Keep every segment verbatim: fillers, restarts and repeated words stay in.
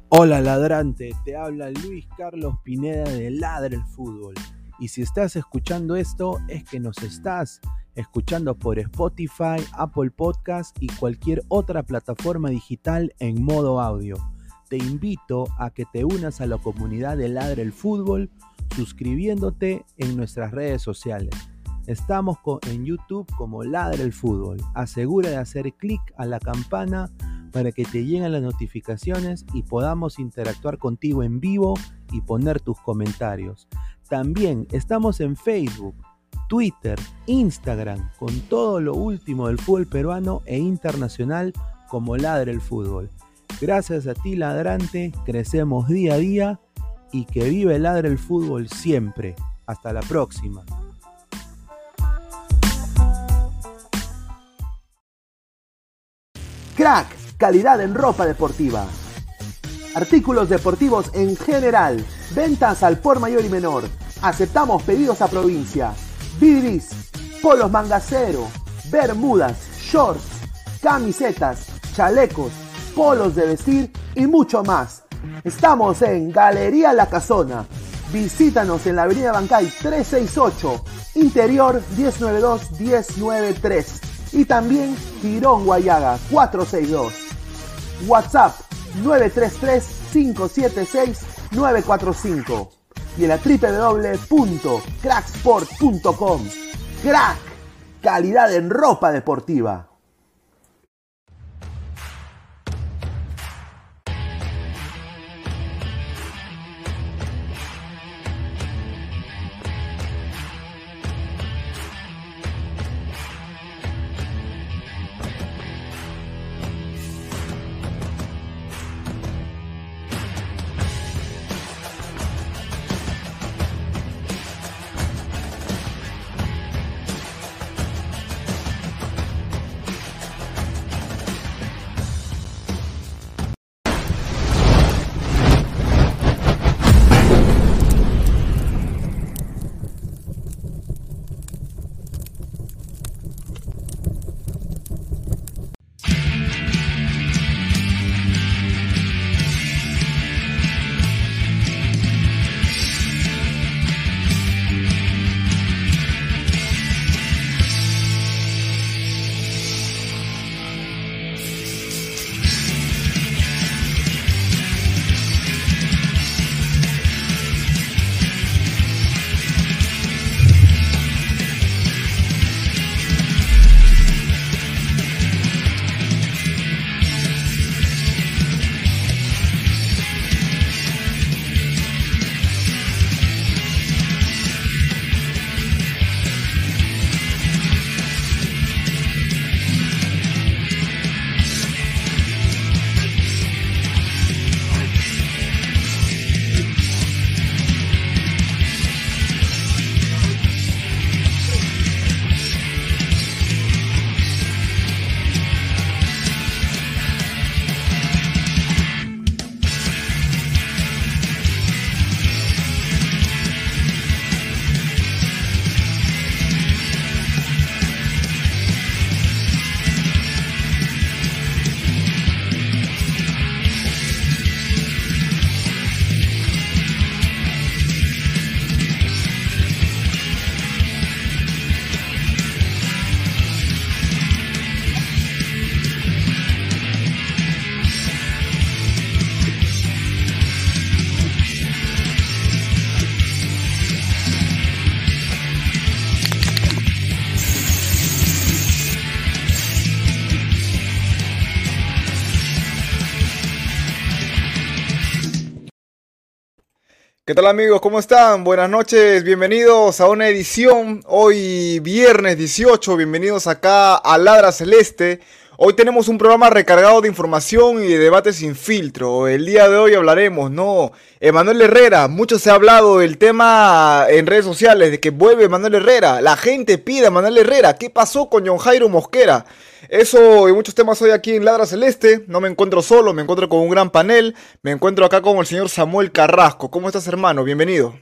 Hola ladrante, te habla Luis Carlos Pineda de Ladra el Fútbol. Y si estás escuchando esto, es que nos estás escuchando por Spotify, Apple Podcast y cualquier otra plataforma digital en modo audio. Te invito a que te unas a la comunidad de Ladra el Fútbol suscribiéndote en nuestras redes sociales. Estamos en YouTube como Ladra el Fútbol. Asegura de hacer clic a la campana para que te lleguen las notificaciones y podamos interactuar contigo en vivo y poner tus comentarios. También estamos en Facebook, Twitter, Instagram, con todo lo último del fútbol peruano e internacional como Ladra el Fútbol. Gracias a ti, ladrante, crecemos día a día y que vive Ladra el Fútbol siempre. Hasta la próxima. Crack, calidad en ropa deportiva. Artículos deportivos en general. Ventas al por mayor y menor. Aceptamos pedidos a provincia. Bidris, polos mangacero, bermudas, shorts, camisetas, chalecos, polos de vestir y mucho más. Estamos en Galería La Casona. Visítanos en la avenida Bancay trescientos sesenta y ocho, interior ciento noventa y dos, ciento noventa y tres. Y también Girón Guayaga cuatrocientos sesenta y dos. WhatsApp nueve tres tres, cinco siete seis, nueve cuatro cinco. Y en la doble u doble u doble u punto cracksport punto com. Crack, calidad en ropa deportiva. ¿Qué tal amigos? ¿Cómo están? Buenas noches, bienvenidos a una edición, hoy viernes dieciocho, bienvenidos acá a Ladra Celeste. Hoy tenemos un programa recargado de información y de debate sin filtro. El día de hoy hablaremos, ¿no? Emanuel Herrera, mucho se ha hablado del tema en redes sociales, de que vuelve Emanuel Herrera. La gente pide a Emanuel Herrera. ¿Qué pasó con John Jairo Mosquera? Eso y muchos temas hoy aquí en Ladra Celeste. No me encuentro solo, me encuentro con un gran panel. Me encuentro acá con el señor Samuel Carrasco. ¿Cómo estás, hermano? Bienvenido.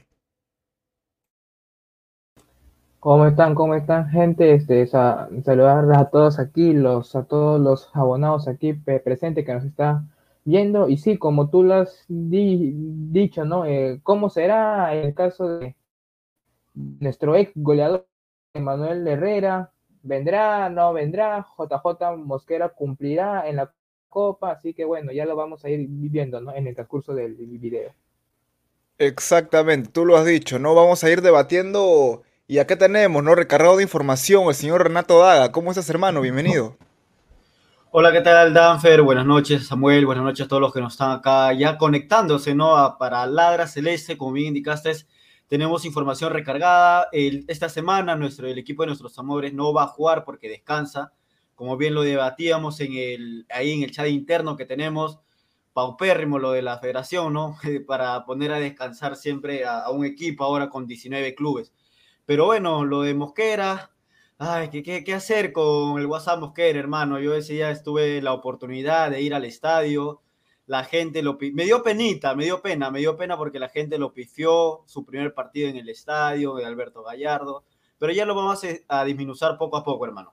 ¿Cómo están? ¿Cómo están, gente? Este, saludar a todos aquí, los, a todos los abonados aquí presentes que nos están yendo, y sí, como tú lo has di, dicho, ¿no? Eh, ¿Cómo será en el caso de nuestro ex goleador Manuel Herrera? ¿Vendrá? ¿No vendrá? J J Mosquera cumplirá en la Copa, así que bueno, ya lo vamos a ir viendo, ¿no? En el transcurso del video. Exactamente, tú lo has dicho, ¿no? Vamos a ir debatiendo y acá tenemos, ¿no? Recargado de información, el señor Renato Daga. ¿Cómo estás, hermano? Bienvenido. Hola, ¿qué tal, Danfer? Buenas noches, Samuel. Buenas noches a todos los que nos están acá ya conectándose, ¿no? A- para Ladra Celeste, como bien indicaste, tenemos información recargada. El- esta semana nuestro, el equipo de nuestros amores no va a jugar porque descansa. Como bien lo debatíamos en el, ahí en el chat interno que tenemos, paupérrimo lo de la federación, ¿no? Para poner a descansar siempre a, a un equipo ahora con diecinueve clubes. Pero bueno, lo de Mosquera, ay, ¿qué, qué, qué hacer con el WhatsApp Mosquera, hermano? Yo ese día tuve la oportunidad de ir al estadio, la gente lo... Me dio penita, me dio pena, me dio pena porque la gente lo pifió, su primer partido en el estadio, de Alberto Gallardo, pero ya lo vamos a, a disminuir poco a poco, hermano.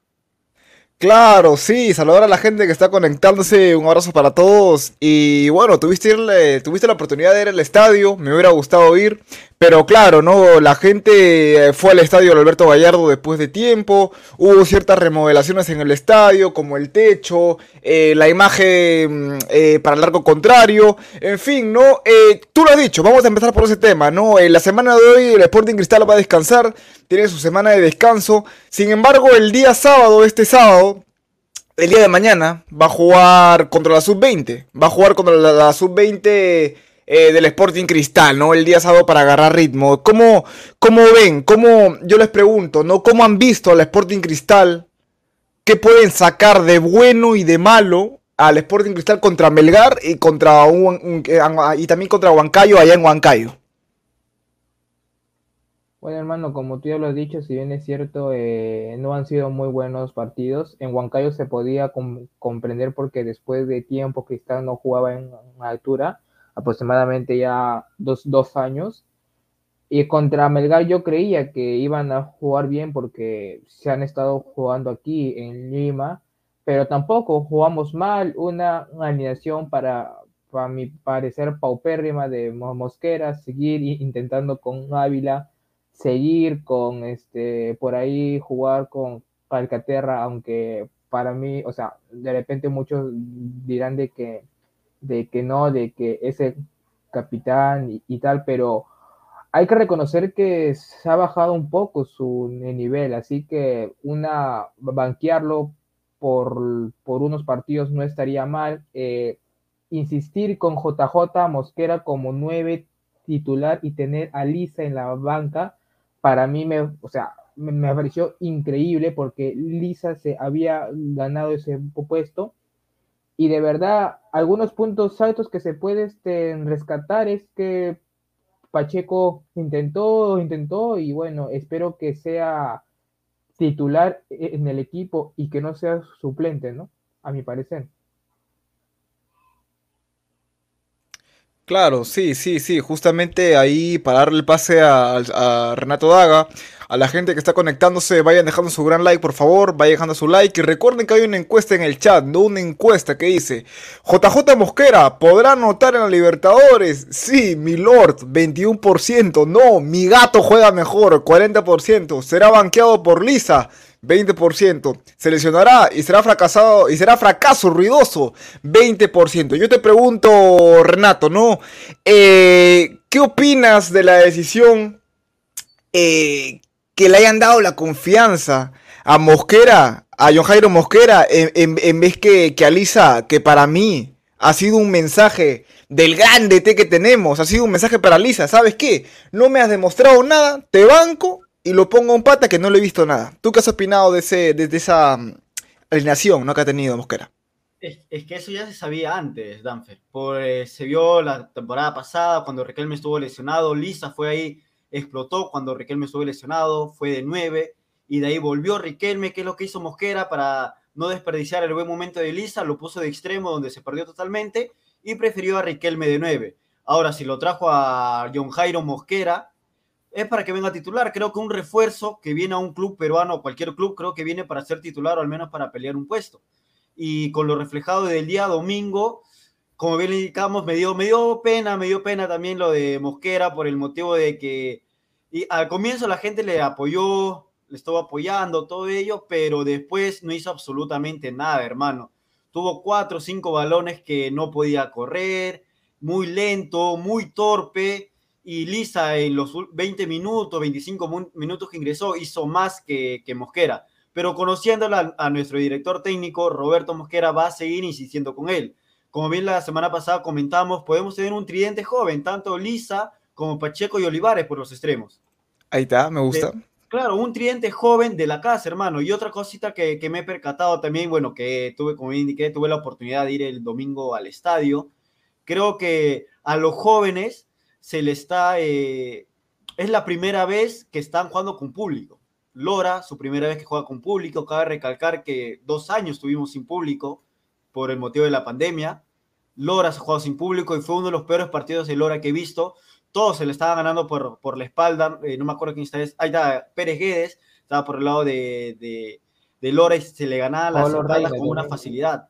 Claro, sí, saludar a la gente que está conectándose, un abrazo para todos. Y bueno, tuviste, irle- tuviste la oportunidad de ir al estadio, me hubiera gustado ir, pero claro, ¿no? La gente eh, fue al estadio de Alberto Gallardo después de tiempo, hubo ciertas remodelaciones en el estadio, como el techo, eh, la imagen mm, eh, para el arco contrario, en fin, ¿no? Eh, tú lo has dicho, vamos a empezar por ese tema, ¿no? En la semana de hoy el Sporting Cristal va a descansar, tiene su semana de descanso. Sin embargo, el día sábado, este sábado, el día de mañana, va a jugar contra la sub veinte. Va a jugar contra la, la sub veinte eh, del Sporting Cristal, ¿no? El día sábado para agarrar ritmo. ¿Cómo, cómo ven? ¿Cómo, yo les pregunto, ¿no? ¿Cómo han visto al Sporting Cristal? ¿Qué pueden sacar de bueno y de malo al Sporting Cristal contra Melgar y, contra un, un- eh, y también contra Huancayo allá en Huancayo? Bueno, hermano, como tú ya lo has dicho, si bien es cierto, eh, no han sido muy buenos partidos. En Huancayo se podía com- comprender porque después de tiempo Cristal no jugaba en, en altura, aproximadamente ya dos, dos años. Y contra Melgar yo creía que iban a jugar bien porque se han estado jugando aquí en Lima, pero tampoco jugamos mal. Una, una alineación para, para mi parecer paupérrima de Mo- Mosquera, seguir i- intentando con Ávila, seguir con este, por ahí jugar con Calcaterra, aunque para mí, o sea, de repente muchos dirán de que, de que no, de que es el capitán y, y tal, pero hay que reconocer que se ha bajado un poco su nivel, así que una banquearlo por, por unos partidos no estaría mal. Eh, insistir con J J Mosquera como nueve titular y tener a Lisa en la banca, para mí me, o sea, me, me pareció increíble porque Lisa se había ganado ese puesto y de verdad algunos puntos altos que se puede este, rescatar es que Pacheco intentó, intentó y bueno, espero que sea titular en el equipo y que no sea suplente, ¿no? A mi parecer. Claro, sí, sí, sí, justamente ahí para darle el pase a, a Renato Daga, a la gente que está conectándose, vayan dejando su gran like, por favor, vayan dejando su like y recuerden que hay una encuesta en el chat, no una encuesta que dice, J J Mosquera, ¿podrá anotar en la Libertadores? Sí, mi lord, veintiuno por ciento, no, mi gato juega mejor, cuarenta por ciento, será banqueado por Lisa, veinte por ciento, se lesionará y será fracasado y será fracaso ruidoso, veinte por ciento. Yo te pregunto, Renato, ¿no? Eh, ¿qué opinas de la decisión eh, que le hayan dado la confianza a Mosquera, a John Jairo Mosquera, en, en- en vez que, que a Lisa, que para mí ha sido un mensaje del grande T que tenemos, ha sido un mensaje para Lisa, ¿sabes qué? No me has demostrado nada, te banco y lo pongo a un pata que no le he visto nada. ¿Tú qué has opinado de, ese, de, de esa mm, alineación, ¿no? que ha tenido Mosquera? Es, es que eso ya se sabía antes, Danfer. Por, eh, se vio la temporada pasada cuando Riquelme estuvo lesionado. Lisa fue ahí, explotó cuando Riquelme estuvo lesionado, fue de nueve y de ahí volvió Riquelme. ¿Qué es lo que hizo Mosquera para no desperdiciar el buen momento de Lisa? Lo puso de extremo donde se perdió totalmente y prefirió a Riquelme de nueve. Ahora, si lo trajo a John Jairo Mosquera, es para que venga a titular. Creo que un refuerzo que viene a un club peruano, cualquier club, creo que viene para ser titular o al menos para pelear un puesto. Y con lo reflejado del día domingo, como bien le indicamos, me dio, me dio pena, me dio pena también lo de Mosquera por el motivo de que y al comienzo la gente le apoyó, le estuvo apoyando, todo ello, pero después no hizo absolutamente nada, hermano. Tuvo cuatro o cinco balones que no podía correr, muy lento, muy torpe, y Lisa en los veinte minutos, veinticinco minutos que ingresó, hizo más que, que Mosquera. Pero conociéndola a nuestro director técnico, Roberto Mosquera va a seguir insistiendo con él. Como bien la semana pasada comentamos, podemos tener un tridente joven, tanto Lisa como Pacheco y Olivares por los extremos. Ahí está, me gusta. De, claro, un tridente joven de la casa, hermano. Y otra cosita que, que me he percatado también, bueno, que tuve, como indiqué, tuve la oportunidad de ir el domingo al estadio. Creo que a los jóvenes se les está... Eh, es la primera vez que están jugando con público. Lora, su primera vez que juega con público. Cabe recalcar que dos años estuvimos sin público por el motivo de la pandemia. Lora se jugó sin público y fue uno de los peores partidos de Lora que he visto. Todos se le estaban ganando por, por la espalda. Eh, no me acuerdo quién está. Ahí está Pérez Guedes. Estaba por el lado de, de, de Lora y se le ganaba las Pablo espaldas Reina con una también. facilidad.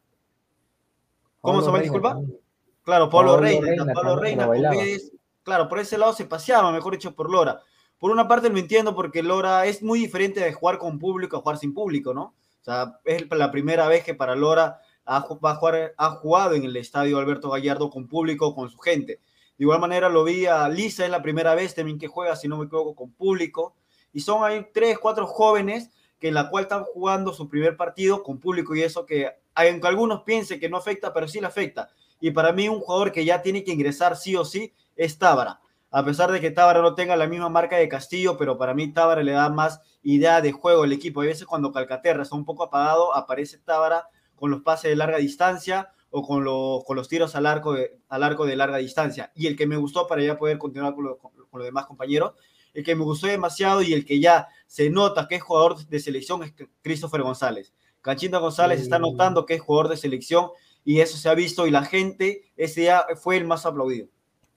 ¿Cómo Pablo se llama? Reina Disculpa. también. Claro, Pablo, Pablo Reina. Reina Pablo también, Reina lo con bailaba. Guedes. Claro, por ese lado se paseaba, mejor dicho, por Lora. Por una parte lo entiendo porque Lora es muy diferente de jugar con público a jugar sin público, ¿no? O sea, es la primera vez que para Lora ha, va a jugar, ha jugado en el estadio Alberto Gallardo con público, con su gente. De igual manera lo vi a Lisa, es la primera vez también que juega, si no me equivoco, con público. Y son ahí tres, cuatro jóvenes que en la cual están jugando su primer partido con público y eso que, aunque algunos piensen que no afecta, pero sí le afecta. Y para mí un jugador que ya tiene que ingresar sí o sí es Tábara. A pesar de que Tábara no tenga la misma marca de Castillo, pero para mí Tábara le da más idea de juego al equipo. A veces cuando Calcaterra está un poco apagado, aparece Tábara con los pases de larga distancia o con, lo, con los tiros al arco, de, al arco de larga distancia. Y el que me gustó, para ya poder continuar con, lo, con, con los demás compañeros, el que me gustó demasiado y el que ya se nota que es jugador de selección es Christopher González. Cachita González mm. está notando que es jugador de selección y eso se ha visto y la gente ese día fue el más aplaudido.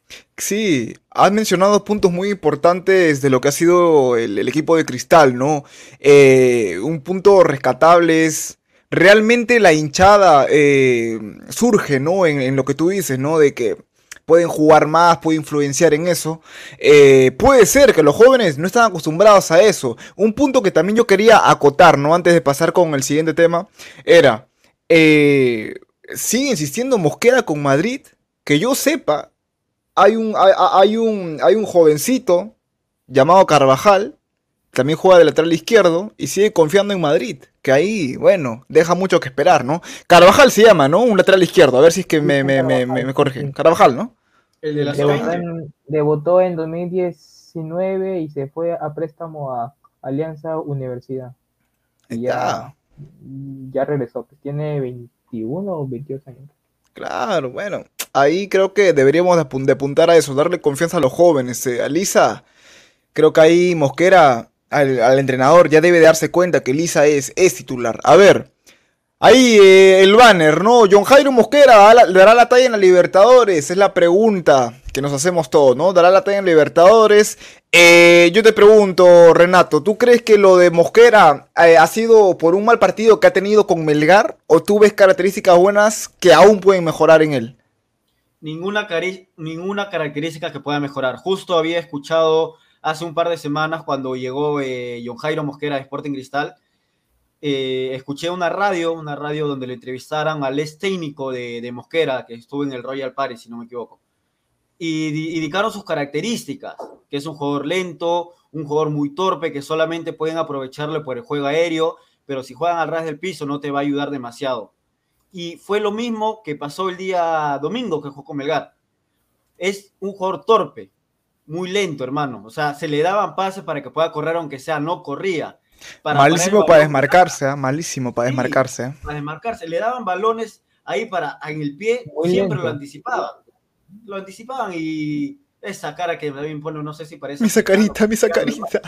Sí, has mencionado puntos muy importantes de lo que ha sido el, el equipo de Cristal, ¿no? Eh, un punto rescatable es realmente la hinchada eh, surge, ¿no? En, en lo que tú dices, ¿no? De que pueden jugar más, puede influenciar en eso. Eh, puede ser que los jóvenes no están acostumbrados a eso. Un punto que también yo quería acotar, ¿no? Antes de pasar con el siguiente tema, era, eh, sigue insistiendo Mosquera con Madrid, que yo sepa. Hay un, hay, hay, un, hay un jovencito llamado Carvajal, también juega de lateral izquierdo y sigue confiando en Madrid, que ahí, bueno, deja mucho que esperar, ¿no? Carvajal se llama, ¿no? Un lateral izquierdo, a ver si es que me, me, me, me, me corrigen. Carvajal, ¿no? El de la debutó, en, debutó en dos mil diecinueve y se fue a préstamo a Alianza Universidad. Y ya, ya regresó, pues tiene veintiuno o veintidós años. Claro, bueno, ahí creo que deberíamos de, apun de apuntar a eso, darle confianza a los jóvenes. Eh, a Lisa, creo que ahí Mosquera, al, al entrenador, ya debe darse cuenta que Lisa es, es titular. A ver, ahí eh, el banner, ¿no? John Jairo Mosquera dará la talla en la Libertadores, es la pregunta que nos hacemos todos, ¿no? Dará la talla en Libertadores. Eh, yo te pregunto, Renato, ¿tú crees que lo de Mosquera eh, ha sido por un mal partido que ha tenido con Melgar? ¿O tú ves características buenas que aún pueden mejorar en él? Ninguna, ninguna característica que pueda mejorar. Justo había escuchado hace un par de semanas cuando llegó eh, John Jairo Mosquera de Sporting Cristal. Eh, escuché una radio, una radio donde le entrevistaran al ex técnico de, de Mosquera, que estuvo en el Royal Paris, si no me equivoco. Y indicaron sus características, que es un jugador lento, un jugador muy torpe, que solamente pueden aprovecharle por el juego aéreo, pero si juegan al ras del piso no te va a ayudar demasiado. Y fue lo mismo que pasó el día domingo que jugó con Melgar. Es un jugador torpe, muy lento, hermano. O sea, se le daban pases para que pueda correr, aunque sea, no corría. Para malísimo para desmarcarse, ¿eh? malísimo para sí, desmarcarse. ¿eh? Para desmarcarse. Le daban balones ahí para en el pie, muy siempre lento. Lo anticipaban. Lo anticipaban y esa cara que me pone, no sé si parece... Mi sacarita, mi sacarita.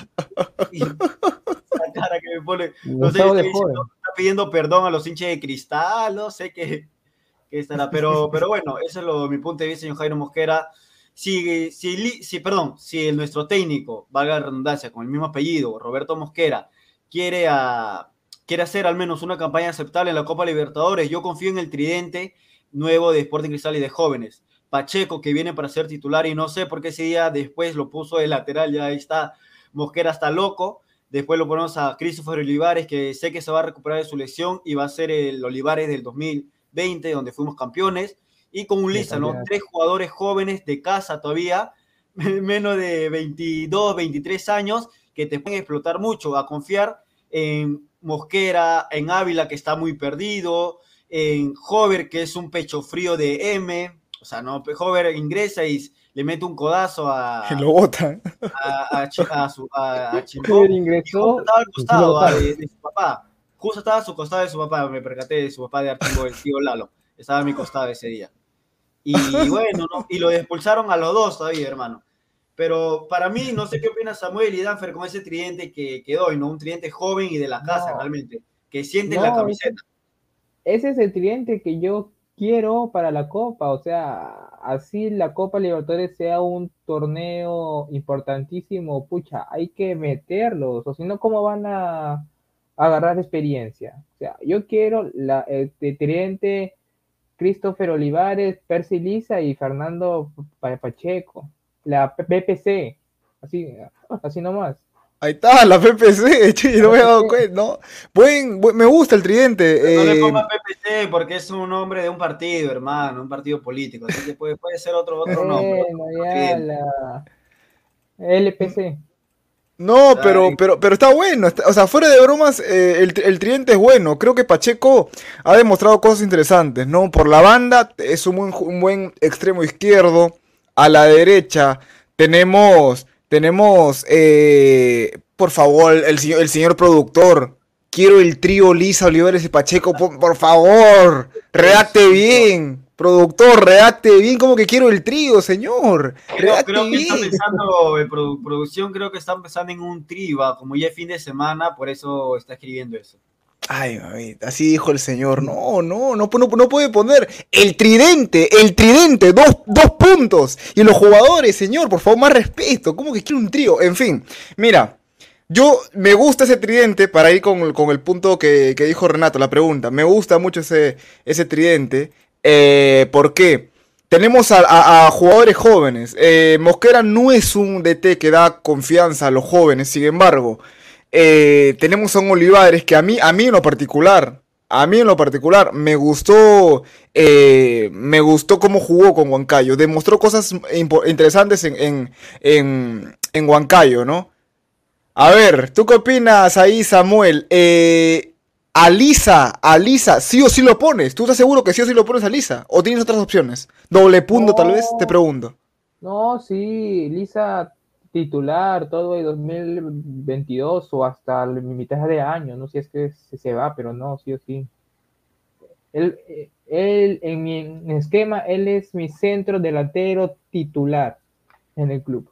Esa cara que me pone, no sé, estoy diciendo, está pidiendo perdón a los hinchas de Cristal, no sé qué, qué estará, pero, pero bueno, ese es lo, mi punto de vista, señor Jairo Mosquera. Si, si, si, perdón, si nuestro técnico, valga la redundancia, con el mismo apellido, Roberto Mosquera, quiere, a, quiere hacer al menos una campaña aceptable en la Copa Libertadores, yo confío en el tridente, nuevo de Sporting Cristal y de jóvenes. Pacheco, que viene para ser titular, y no sé por qué ese día después lo puso de lateral, ya ahí está, Mosquera está loco. Después lo ponemos a Christopher Olivares, que sé que se va a recuperar de su lesión y va a ser el Olivares del dos mil veinte, donde fuimos campeones. Y con un lista, ¿no? Tres jugadores jóvenes de casa todavía, menos de veintidós, veintitrés años, que te pueden explotar mucho, a confiar en Mosquera, en Ávila, que está muy perdido, en Hover, que es un pecho frío de M. O sea, no, Hover ingresa y le mete un codazo a... Y lo botan. A, a, a, su, a, a Chimbó. Ingresó. Estaba al costado a, de, de su papá. Justo estaba a su costado de su papá. Me percaté de su papá de Archivo, el tío Lalo. Estaba a mi costado ese día. Y bueno, ¿no? Y lo expulsaron a los dos todavía, hermano. Pero para mí, no sé qué opina Samuel y Danfer con ese tridente que quedó, ¿no? Un tridente joven y de la casa, no. realmente. Que siente no, la camiseta. Ese es el tridente que yo quiero para la Copa, o sea, así la Copa Libertadores sea un torneo importantísimo, pucha, hay que meterlos, o si no, ¿cómo van a, a agarrar experiencia? O sea, yo quiero la, el, el tridente Christopher Olivares, Percy Liza y Fernando Pacheco, la P P C, así, así nomás. Ahí está, la P P C, che, no me he dado cuenta, ¿no? Buen, buen, me gusta el tridente. No eh... le ponga P P C porque es un nombre de un partido, hermano, un partido político, así que puede, puede ser otro, otro nombre. Bueno, ya la L P C. No, pero, pero, pero está bueno, está, o sea, fuera de bromas, eh, el, el tridente es bueno. Creo que Pacheco ha demostrado cosas interesantes, ¿no? Por la banda es un buen, un buen extremo izquierdo. A la derecha tenemos... Tenemos, eh, por favor, el, el señor productor. Quiero el trío Liza, Olivares y Pacheco, por, por favor. Redacte bien. Productor, redacte bien como que quiero el trío, señor. Creo, creo que está pensando, en produ producción, creo que están pensando en un trío, como ya es fin de semana, por eso está escribiendo eso. Ay, mamita, así dijo el señor. No, no, no, no, no puede poner el tridente, el tridente, dos, dos puntos. Y los jugadores, señor, por favor, más respeto. ¿Cómo que quiere un trío? En fin, mira, yo me gusta ese tridente para ir con, con el punto que, que dijo Renato, la pregunta. Me gusta mucho ese, ese tridente. Eh, ¿Por qué? Tenemos a, a, a jugadores jóvenes. Eh, Mosquera no es un D T que da confianza a los jóvenes, sin embargo. Eh, tenemos a un Olivares que a mí, a mí en lo particular, a mí en lo particular, me gustó, eh, me gustó cómo jugó con Huancayo, demostró cosas interesantes en, en, en, en Huancayo, ¿no? A ver, ¿tú qué opinas ahí, Samuel? Eh, a Liza, a Liza, ¿sí o sí lo pones? ¿Tú estás seguro que sí o sí lo pones a Liza? ¿O tienes otras opciones? Doble punto, no, tal vez, te pregunto. No, sí, Liza... titular todo el dos mil veintidós o hasta la mitad de año, no sé si es que se, se va, pero no, sí o sí. Él, él, en mi esquema, él es mi centro delantero titular en el club.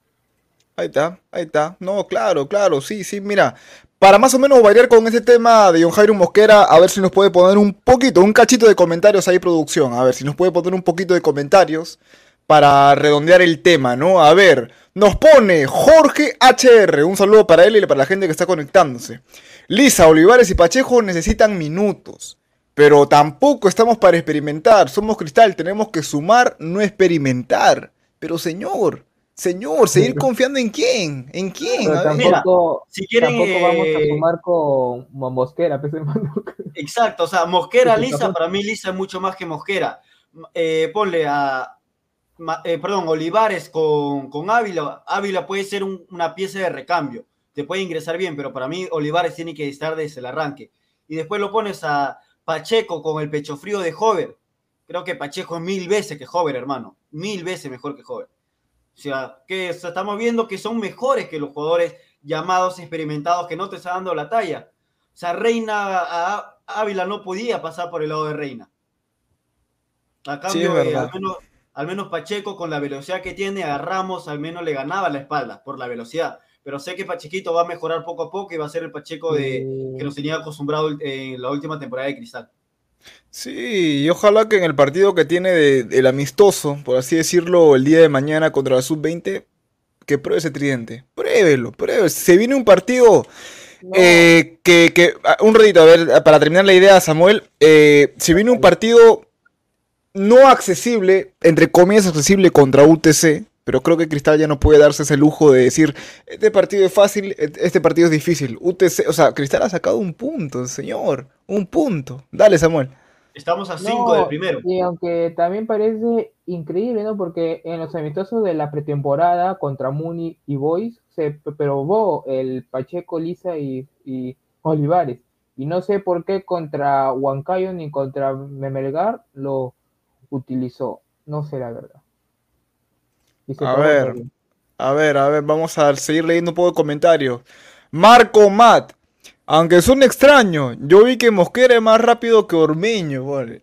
Ahí está, ahí está. No, claro, claro, sí, sí, mira. Para más o menos variar con ese tema de John Jairo Mosquera, a ver si nos puede poner un poquito, un cachito de comentarios ahí, producción. A ver si nos puede poner un poquito de comentarios para redondear el tema, ¿no? A ver, nos pone Jorge H R, un saludo para él y para la gente que está conectándose. Liza, Olivares y Pacheco necesitan minutos, pero tampoco estamos para experimentar. Somos Cristal, tenemos que sumar, no experimentar. Pero señor, señor, seguir confiando en quién, en quién. Pero tampoco, Mira, si quieren, tampoco vamos a sumar con Mosquera, pues, hermano. Exacto, o sea, Mosquera, Liza, para mí Liza es mucho más que Mosquera. Eh, ponle a Eh, perdón, Olivares con, con Ávila. Ávila puede ser un, una pieza de recambio, te puede ingresar bien, pero para mí Olivares tiene que estar desde el arranque. Y después lo pones a Pacheco con el pecho frío de Hover. Creo que Pacheco es mil veces que Hover, hermano, mil veces mejor que Hover. O sea, que estamos viendo que son mejores que los jugadores llamados experimentados que no te están dando la talla. O sea, Reina a, a Ávila no podía pasar por el lado de Reina. A cambio, sí, eh, al menos Al menos Pacheco, con la velocidad que tiene, a Ramos al menos le ganaba la espalda por la velocidad. Pero sé que Pachequito va a mejorar poco a poco y va a ser el Pacheco de, que nos tenía acostumbrado en la última temporada de Cristal. Sí, y ojalá que en el partido que tiene de, del amistoso, por así decirlo, el día de mañana contra la sub veinte, que pruebe ese tridente. Pruébelo, pruébelo. Se viene un partido no. eh, que, que... Un ratito, a ver, para terminar la idea, Samuel. Eh, se viene un partido... no accesible, entre comillas accesible contra U T C, pero creo que Cristal ya no puede darse ese lujo de decir, este partido es fácil, este partido es difícil. U T C, o sea, Cristal ha sacado un punto, señor, un punto. Dale, Samuel. Estamos a cinco No, del primero. y aunque también parece increíble, ¿no? Porque en los amistosos de la pretemporada contra Muni y Boys se probó el Pacheco, Lisa y, y Olivares. Y no sé por qué contra Huancayo ni contra Melgar lo utilizó. No sé la verdad. Y se A probó ver, también. a ver, a ver, vamos a seguir leyendo un poco de comentarios. Marco Matt, aunque suene extraño, yo vi que Mosquera es más rápido que Ormeño, vale.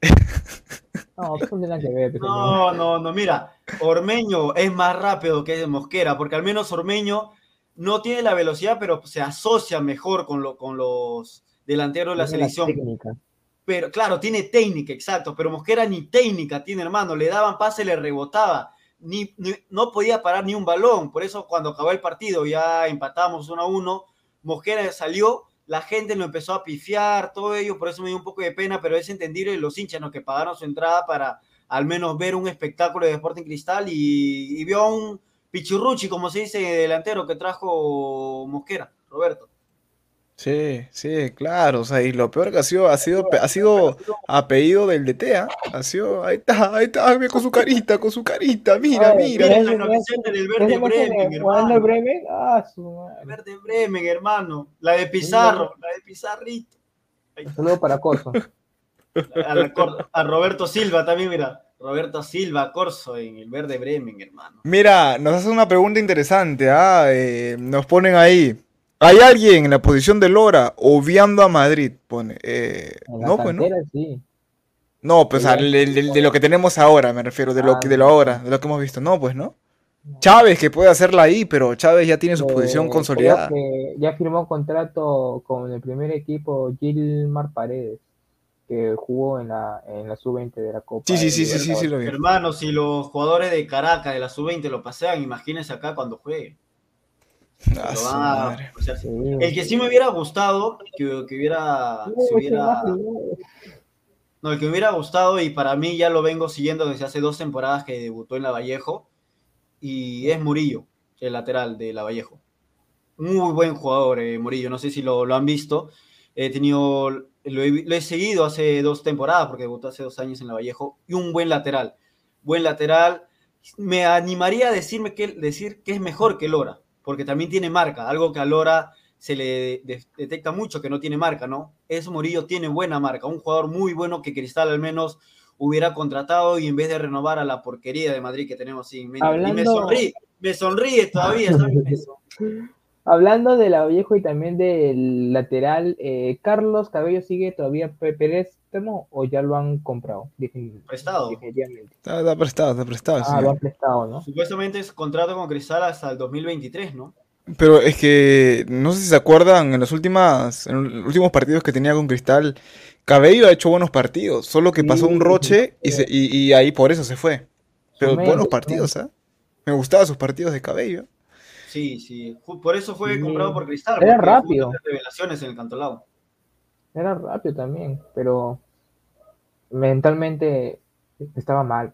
No, eso no tiene nada que ver. Pues, No, no, no, mira, Ormeño es más rápido que Mosquera, porque al menos Ormeño no tiene la velocidad, pero se asocia mejor con, lo, con los delanteros de la tiene selección. técnica. Pero claro, tiene técnica, exacto, pero Mosquera ni técnica tiene, hermano, le daban pase, le rebotaba, ni, ni- no podía parar ni un balón, por eso cuando acabó el partido, ya empatamos uno a uno, Mosquera salió, la gente lo empezó a pifiar, todo ello, por eso me dio un poco de pena, pero es entendible los hinchas, ¿no? Que pagaron su entrada para al menos ver un espectáculo de Sporting Cristal y, y vio a un pichurruchi, como se dice, delantero que trajo Mosquera, Roberto. Sí, sí, claro, o sea, y lo peor que ha sido, ha sido, ha sido apellido del D T, ¿ah? Ha sido, ahí está, ahí está, mira, con su carita, con su carita, mira, Ay, mira. Mira ese- la camiseta del ese- Verde ese Bremen, que jugando el hermano. Bremen, ah, su madre. Verde Bremen, hermano. La de Pizarro, la de Pizarrito. Ahí Un está. saludo para Corso. A, la Cor- a Roberto Silva también, mira. Roberto Silva, Corso en el Verde Bremen, hermano. Mira, nos hacen una pregunta interesante, ¿ah? Eh, nos ponen ahí. ¿Hay alguien en la posición de Lora obviando a Madrid? Pone. Eh, En la no, pues no. cantera, sí. No, pues Ella- al- de, de- de lo que tenemos ahora, me refiero, de lo Ah, que de lo no. ahora, de lo que hemos visto. No, pues no. Chávez que puede hacerla ahí, pero Chávez ya tiene su Eh, posición creo consolidada. que ya firmó contrato con el primer equipo Gilmar Paredes, que jugó en la, en la sub veinte de la Copa. Sí, sí, de sí, sí, sí, sí, Libertadores. lo vi. Hermano, si los jugadores de Caracas, de la sub veinte, lo pasean, imagínense acá cuando juegue. Ah, Lo su van a- madre. o sea, Sí. el que sí me hubiera gustado, que, que hubiera, No, se ese hubiera, más primero. no, el que me hubiera gustado y para mí ya lo vengo siguiendo desde hace dos temporadas que debutó en la Vallejo y es Murillo, el lateral de la Vallejo. Muy buen jugador, eh, Murillo, no sé si lo, lo han visto. He tenido, lo he, lo he seguido hace dos temporadas porque debutó hace dos años en la Vallejo y un buen lateral. Buen lateral. Me animaría a decirme que, decir que es mejor que Lora, porque también tiene marca, algo que a Lora se le de- detecta mucho que no tiene marca, ¿no? Es Murillo tiene buena marca, un jugador muy bueno que Cristal al menos hubiera contratado y en vez de renovar a la porquería de Madrid que tenemos sí, me- y me Hablando- sonríe, me sonríe todavía, ¿sabes? Me sonríe. Hablando de la Vallejo y también del lateral, eh, Carlos Cabello sigue todavía Pe- préstamo o ya lo han comprado. Defin- Prestado. Definitivamente. Está, está prestado, está prestado, Ah, señor. lo han prestado, ¿no? Supuestamente es contrato con Cristal hasta el dos mil veintitrés, ¿no? Pero es que no sé si se acuerdan en los últimas, en los últimos partidos que tenía con Cristal, Cabello ha hecho buenos partidos, solo que Sí, pasó un roche y, se- y, y ahí por eso se fue. Pero Su mente, buenos su partidos, ¿ah? Me gustaban sus partidos de Cabello. Sí, sí. Ju- Por eso fue Sí. comprado por Cristal. Era porque rápido. hubo tantas revelaciones en el Cantolao. Era rápido también, pero mentalmente estaba mal.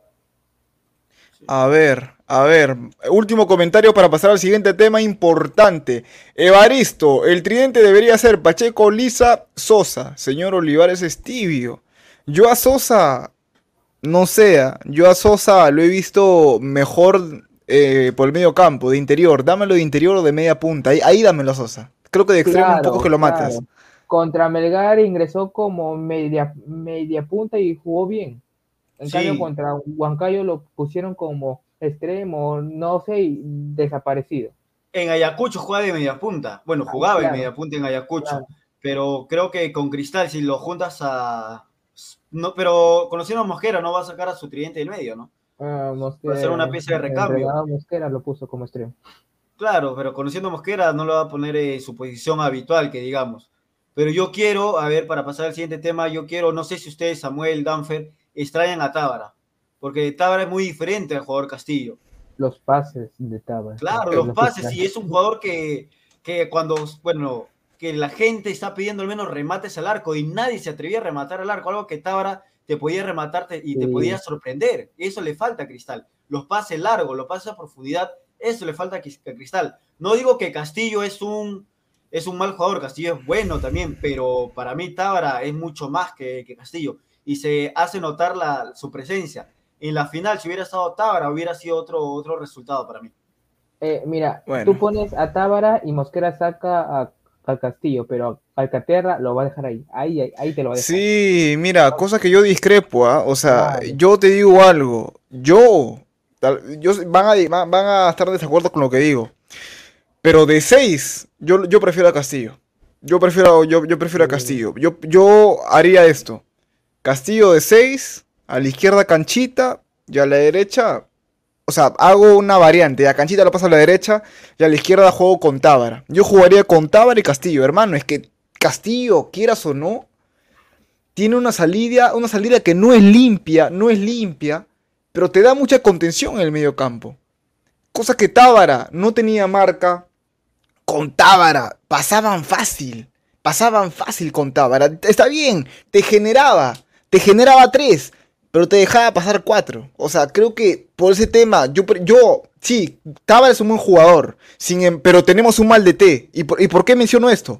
A ver, a ver, último comentario para pasar al siguiente tema importante. Evaristo, el tridente debería ser Pacheco, Lisa, Sosa. Señor Olivares es tibio. Yo a Sosa, no sé, yo a Sosa lo he visto mejor eh, por el medio campo, de interior. Dámelo de interior o de media punta. Ahí, ahí dámelo a Sosa. Creo que de extremo un Claro, poco que lo matas. claro. Contra Melgar ingresó como media, media punta y jugó bien. En Sí. cambio, contra Huancayo lo pusieron como extremo, no sé, y desaparecido. En Ayacucho jugaba de media punta. Bueno, Ah, jugaba claro. de media punta en Ayacucho. Claro. Pero creo que con Cristal, si lo juntas a. No, pero conociendo a Mosquera, no va a sacar a su tridente del medio, ¿no? Ah, Mosquera, Va a ser una pieza de el recambio. entrenador Mosquera lo puso como extremo. Claro, pero conociendo a Mosquera no lo va a poner en su posición habitual, que digamos. Pero yo quiero, a ver, para pasar al siguiente tema, yo quiero, no sé si ustedes, Samuel, Danfer, extrañan a Tábara, porque Tábara es muy diferente al jugador Castillo. Los pases de Tábara. Claro, Los los pases, extraño. y es un jugador que, que cuando, bueno, que la gente está pidiendo al menos remates al arco y nadie se atrevía a rematar al arco, algo que Tábara te podía rematarte y te Sí. podía sorprender. Eso le falta a Cristal. Los pases largos, los pases a profundidad, eso le falta a Cristal. No digo que Castillo es un, es un mal jugador, Castillo es bueno también, pero para mí Tábara es mucho más que, que Castillo y se hace notar la, su presencia. En la final, si hubiera estado Tábara, hubiera sido otro, otro resultado para mí. Eh, mira, Bueno. tú pones a Tábara y Mosquera saca a, a Castillo, pero Alcaterra lo va a dejar ahí. Ahí, ahí, ahí te lo va a dejar. Sí, mira, cosa que yo discrepo, ¿ah? O sea, Claro. yo te digo algo, yo, tal- yo van a, van van a estar en desacuerdo con lo que digo, pero de seis, yo, yo prefiero a Castillo, yo prefiero, yo, yo prefiero a Sí. Castillo, yo, yo haría esto, Castillo de seis, a la izquierda Canchita y a la derecha, o sea, hago una variante, a Canchita lo paso a la derecha y a la izquierda juego con Tábara, yo jugaría con Tábara y Castillo, hermano, es que Castillo, quieras o no, tiene una salida, una salida que no es limpia, no es limpia, pero te da mucha contención en el medio campo. Cosa que Tábara no tenía marca. Con Tábara pasaban fácil, pasaban fácil con Tábara. Está bien, te generaba, te generaba tres, pero te dejaba pasar cuatro. O sea, creo que por ese tema, yo, pre- yo sí, Tábara es un buen jugador, sin, em- pero tenemos un mal D T. ¿Y por, y por qué menciono esto?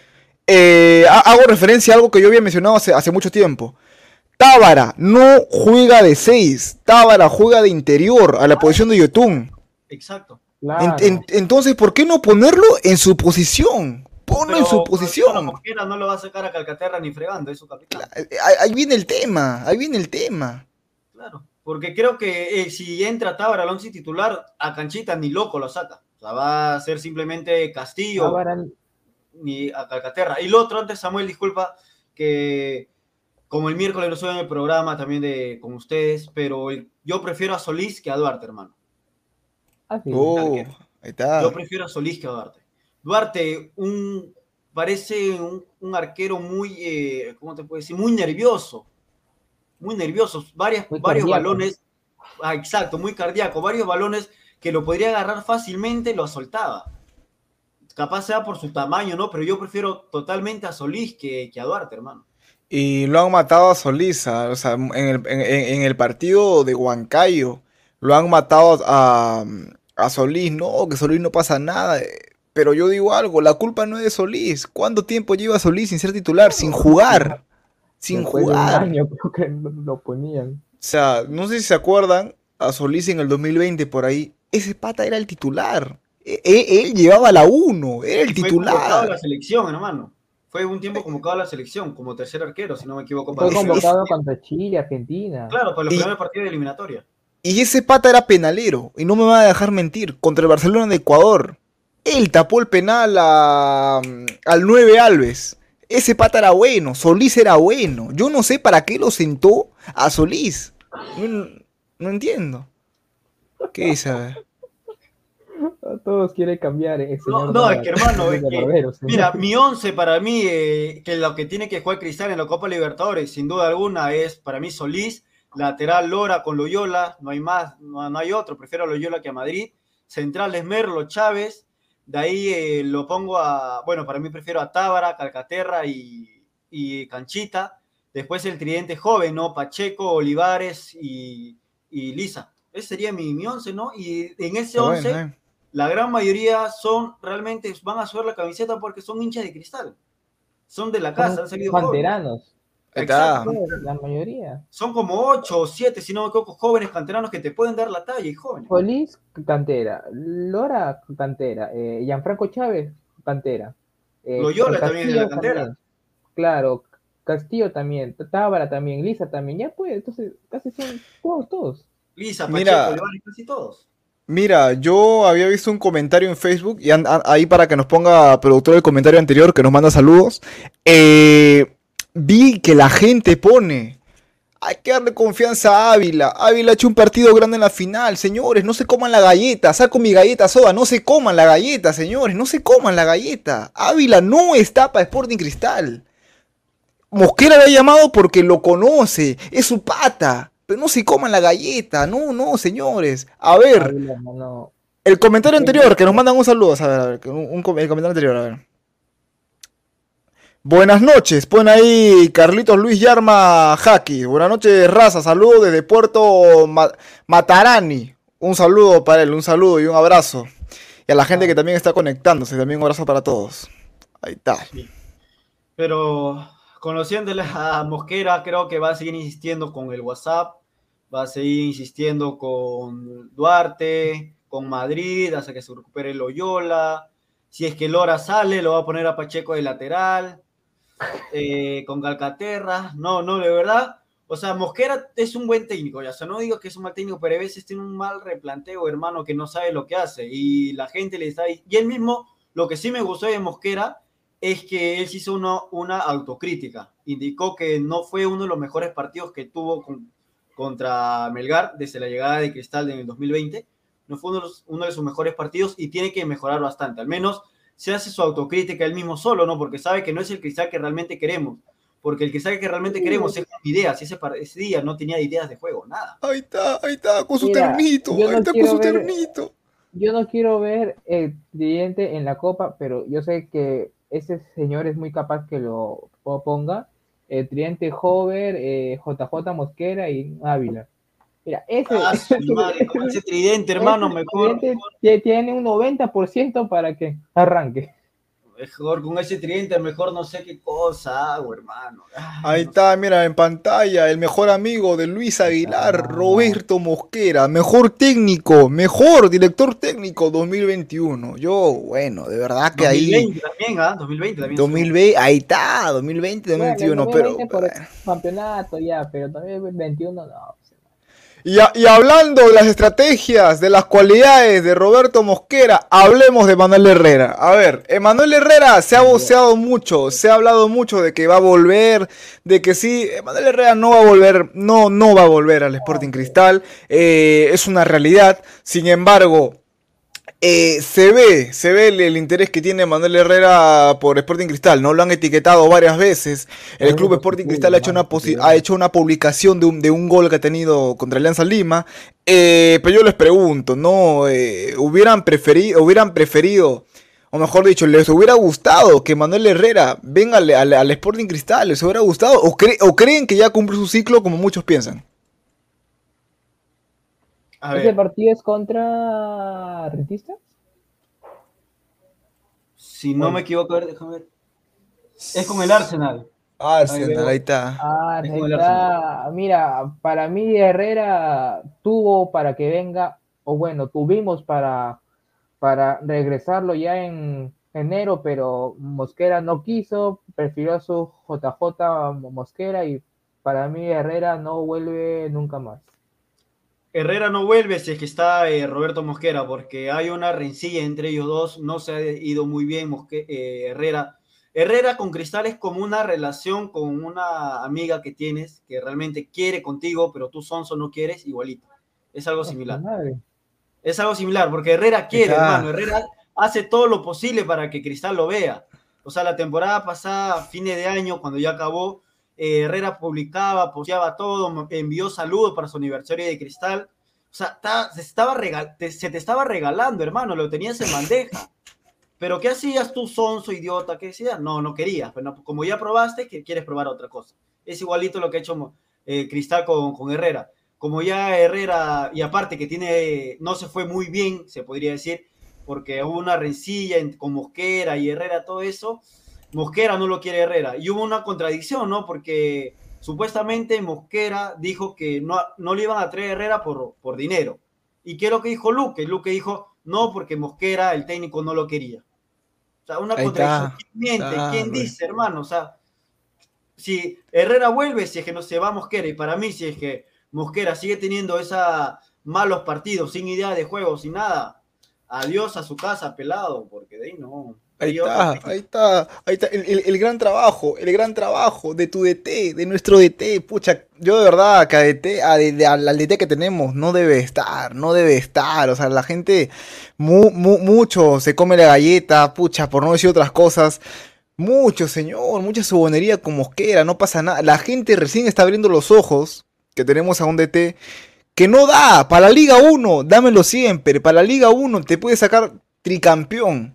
Eh, ha- hago referencia a algo que yo había mencionado hace, hace mucho tiempo. Tábara no juega de seis, Tábara juega de interior a la posición de Yotun. Exacto. En- Claro. en- entonces, ¿por qué no ponerlo en su posición? Ponlo en su Pero posición. Mosquera no lo va a sacar a Calcaterra ni fregando, es su capitán. Eh, Ahí, ahí viene el tema, ahí viene el tema. Claro, porque creo que eh, si entra Tábara al once titular, a Canchita ni loco lo saca. O sea, va a ser simplemente Castillo Tábara, ni a Calcaterra. Y lo otro, antes, Samuel, disculpa, que como el miércoles lo suben en el programa también de, con ustedes, pero el- yo prefiero a Solís que a Duarte, hermano. así. Oh, ahí Yo está. prefiero a Solís que a Duarte. Duarte, un, parece un, un arquero muy, eh, ¿cómo te puedo decir? Muy nervioso. Muy nervioso. Varias, Muy varios cardíaco. balones. Ah, exacto, muy cardíaco. Varios balones que lo podría agarrar fácilmente, lo soltaba. Capaz sea por su tamaño, ¿no? Pero yo prefiero totalmente a Solís que, que a Duarte, hermano. Y lo han matado a Solís, ah, o sea, en el, en- en- en el partido de Huancayo, lo han matado a, a Solís, no, que Solís no pasa nada. eh, Pero yo digo algo, la culpa no es de Solís. ¿Cuánto tiempo lleva Solís sin ser titular, sin jugar? Sin Después de un jugar. año creo que no- lo ponían. O sea, no sé si se acuerdan, a Solís en el dos mil veinte por ahí, ese pata era el titular. E- e- Él, llevaba la uno, era el Y fue convocado a la titular. selección, hermano. Fue un tiempo convocado a la selección como tercer arquero, si no me equivoco. Fue para los primeros convocado partidos. contra Chile, Argentina. Claro, para los Y, primeros partidos de eliminatoria. y ese pata era penalero, y no me va a dejar mentir, contra el Barcelona de Ecuador. Él tapó el penal a, al nueve Alves. Ese pata era bueno, Solís era bueno. Yo no sé para qué lo sentó a Solís. No, no entiendo. ¿Qué dice? A ver. Todos quieren cambiar, eh, No, señor. no, Navas. es que hermano, es De que, Barbero, señor. mira, mi once para mí, eh, que lo que tiene que jugar Cristal en la Copa Libertadores, sin duda alguna, es para mí Solís, lateral Lora con Loyola, no hay más, no, no hay otro, prefiero a Loyola que a Madrid, central es Merlo, Chávez, de ahí eh, lo pongo a, bueno, para mí prefiero a Tábara, Calcaterra y, y Canchita, después el tridente joven, ¿no? Pacheco, Olivares y, y Lisa. Ese sería mi, mi once, ¿no? Y en ese Está once... bueno, eh. La gran mayoría son realmente, van a sudar la camiseta porque son hinchas de Cristal. Son de la casa, Son han salido jóvenes. canteranos. Ahí está. Exacto. La mayoría. Son como ocho o siete, si no me equivoco, jóvenes canteranos que te pueden dar la talla y jóvenes. Solís, cantera. Lora, cantera. Eh, Gianfranco Chávez, cantera. Eh, Loyola también es de la Castillo cantera. también. Claro, Castillo también. Tábara también. Lisa también. Ya pues, entonces casi son todos, todos. Lisa, Pacheco, Mira, Olivares, casi todos. mira, yo había visto un comentario en Facebook, y an- an- ahí para que nos ponga productor el comentario anterior, que nos manda saludos. eh, vi que la gente pone, hay que darle confianza a Ávila. Ávila ha hecho un partido grande en la final, señores, no se coman la galleta. Saco mi galleta soda, no se coman la galleta, señores, no se coman la galleta. Ávila no está para Sporting Cristal. Mosquera lo ha llamado porque lo conoce, es su pata. Pero no se coman la galleta, no, no, señores. A ver, Ávila, no. el comentario anterior, que nos mandan un saludo, a ver, a ver, un, un com- el comentario anterior, a ver. Buenas noches, pon ahí Carlitos Luis Yarma Jaki. Buenas noches, raza. Saludos desde Puerto Ma- Matarani. Un saludo para él, un saludo y un abrazo. Y a la gente que también está conectándose, también un abrazo para todos. Ahí está. Sí. Pero conociéndole a Mosquera, creo que va a seguir insistiendo con el WhatsApp, va a seguir insistiendo con Duarte, con Madrid, hasta que se recupere Loyola. Si es que Lora sale, lo va a poner a Pacheco de lateral. Eh, con Calcaterra, no, no, de verdad, o sea, Mosquera es un buen técnico, ya, o sea, no digo que es un mal técnico, pero a veces tiene un mal replanteo, hermano, que no sabe lo que hace, y la gente le está, y él mismo, lo que sí me gustó de Mosquera, es que él se hizo uno, una autocrítica, indicó que no fue uno de los mejores partidos que tuvo con, contra Melgar, desde la llegada de Cristal en el dos mil veinte, no fue uno de, los, uno de sus mejores partidos, y tiene que mejorar bastante, al menos se hace su autocrítica él mismo solo, ¿no? Porque sabe que no es el Cristal que realmente queremos. Porque el Cristal que realmente queremos es con ideas. Y ese, ese día no tenía ideas de juego, nada. Ahí está, ahí está, con su Mira, ternito. yo Ahí no está con quiero su ver- ternito. Yo no quiero ver el tridente en la Copa, pero yo sé que ese señor es muy capaz que lo ponga. El tridente Hover, eh, J J Mosquera y Ávila. Mira, ese, Ah, su madre, con ese tridente, hermano, ese mejor, tridente tie- tiene un noventa por ciento para que arranque. mejor, con ese tridente, mejor no sé qué cosa hago, hermano. Ay, Ahí no está, mira, en pantalla, el mejor amigo de Luis Aguilar, Ah. Roberto Mosquera, mejor técnico, mejor director técnico dos mil veintiuno. Yo, bueno, de verdad que ahí, dos mil veinte también, ¿ah? dos mil veinte también. dos mil veinte, ahí está, dos mil veinte, Bueno, el dos mil veintiuno, dos mil veinte pero... por el campeonato ya, pero dos mil veintiuno no. Y, a- y hablando de las estrategias, de las cualidades de Roberto Mosquera, hablemos de Manuel Herrera. A ver, Emanuel Herrera se ha voceado mucho, se ha hablado mucho de que va a volver, de que sí, Emanuel Herrera no va a volver, no, no va a volver al Sporting Cristal, eh, es una realidad. Sin embargo, eh, se ve, se ve el, el interés que tiene Manuel Herrera por Sporting Cristal, ¿no? Lo han etiquetado varias veces. El Ay, club por Sporting supuesto, Cristal ha hecho, una hermano, posi- cuidado. ha hecho una publicación de un, de un gol que ha tenido contra Alianza Lima. Eh, pero yo les pregunto, ¿no? Eh, ¿hubieran preferido, hubieran preferido, o mejor dicho, les hubiera gustado que Manuel Herrera venga al, al- al Sporting Cristal? ¿Les hubiera gustado? ¿O, cre- o creen que ya cumplió su ciclo como muchos piensan? A ¿Ese ver, partido es contra Rentistas? si no me equivoco, a ver, déjame ver. Es con el Arsenal. Arsenal, ahí está. Ah, Es ahí con el está. Mira, para mí Herrera tuvo para que venga, o bueno, tuvimos para, para regresarlo ya en enero, pero Mosquera no quiso, prefirió a su J J Mosquera y para mí Herrera no vuelve nunca más. Herrera no vuelve si es que está eh, Roberto Mosquera, porque hay una rencilla entre ellos dos, no se ha ido muy bien Mosque eh, Herrera. Herrera con Cristal es como una relación con una amiga que tienes, que realmente quiere contigo, pero tú Sonso no quieres, igualito. Es algo similar. Madre. Es algo similar, porque Herrera quiere, Está. hermano. Herrera hace todo lo posible para que Cristal lo vea. O sea, la temporada pasada, fines de año, cuando ya acabó, eh, Herrera publicaba, posteaba todo, envió saludos para su aniversario de Cristal. O sea, ta, se, estaba regal, te, se te estaba regalando, hermano, lo tenías en bandeja. Pero ¿qué hacías tú, sonso, idiota? ¿Qué decías? No, no querías. Pero no, como ya probaste, que quieres probar otra cosa. Es igualito lo que ha hecho eh, Cristal con, con Herrera. Como ya Herrera, y aparte que tiene, no se fue muy bien, se podría decir, porque hubo una rencilla en, con Mosquera y Herrera, todo eso, Mosquera no lo quiere Herrera. Y hubo una contradicción, ¿no? Porque supuestamente Mosquera dijo que no, no le iban a traer Herrera por, por dinero. ¿Y qué es lo que dijo Luque? Luque dijo, no, porque Mosquera, el técnico, no lo quería. O sea, una Ahí contradicción. está. ¿Quién miente? Está, ¿Quién pues. dice, hermano? O sea, si Herrera vuelve, si es que no se va Mosquera, y para mí, si es que Mosquera sigue teniendo esos malos partidos, sin idea de juego, sin nada, adiós a su casa, pelado, porque de ahí no. Ahí Ahí está, otra- ahí está, ahí está, el, el- el gran trabajo, el gran trabajo de tu D T, de nuestro D T, pucha, yo de verdad que a D T, a D- de- al, al D T que tenemos no debe estar, no debe estar, o sea, la gente mu- mu- mucho se come la galleta, pucha, por no decir otras cosas, mucho señor, mucha subonería con Mosquera, no pasa nada, la gente recién está abriendo los ojos que tenemos a un D T que no da, para la Liga uno, dámelo siempre, para la Liga uno te puede sacar tricampeón.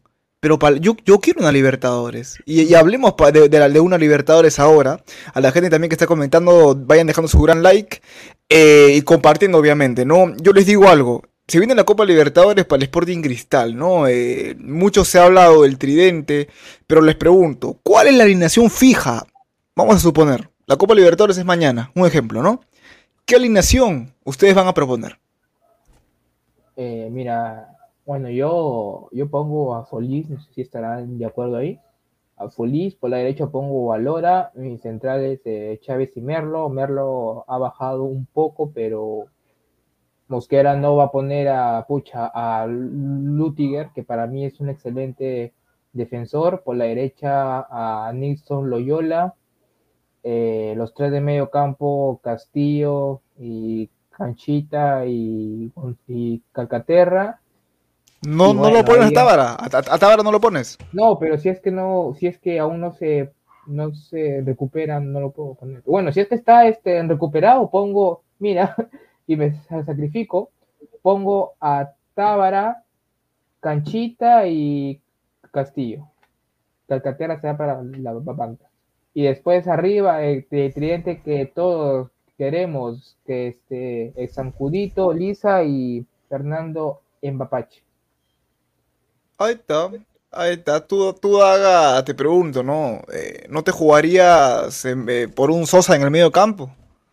pero pa- yo, yo quiero una Libertadores. Y, y hablemos pa- de, de, la- de una Libertadores ahora. A la gente también que está comentando, vayan dejando su gran like eh, y compartiendo, obviamente, ¿no? Yo les digo algo. Se viene la Copa Libertadores para el Sporting Cristal, ¿no? Eh, mucho se ha hablado del tridente, pero les pregunto, ¿cuál es la alineación fija? Vamos a suponer, la Copa Libertadores es mañana, un ejemplo, ¿no? ¿Qué alineación ustedes van a proponer? Eh, mira, bueno, yo, yo pongo a Solís, no sé si estarán de acuerdo ahí. A Solís, por la derecha pongo a Lora, mis centrales eh, Chávez y Merlo. Merlo ha bajado un poco, pero Mosquera no va a poner a Pucha, a Lutiger, que para mí es un excelente defensor. Por la derecha a Nilson Loyola. Eh, los tres de medio campo, Castillo y Canchita y, y Calcaterra. No, Y no bueno, lo pones a ahí- Tábara, a, a- a Tábara no lo pones. No, pero si es que no, si es que aún no se, no se recupera, no lo puedo poner. Bueno, si es que está este, recuperado, pongo, mira, y me sacrifico, pongo a Tábara, Canchita y Castillo. Calcaterra se da para la banca. Y después arriba, el, el tridente que todos queremos, que este, es Sancudito, Lisa y Fernando Embapache. Ahí está, ahí está. Tú, tú haga, te pregunto, ¿no? Eh, ¿no te jugarías en- eh, por un Sosa en el medio campo?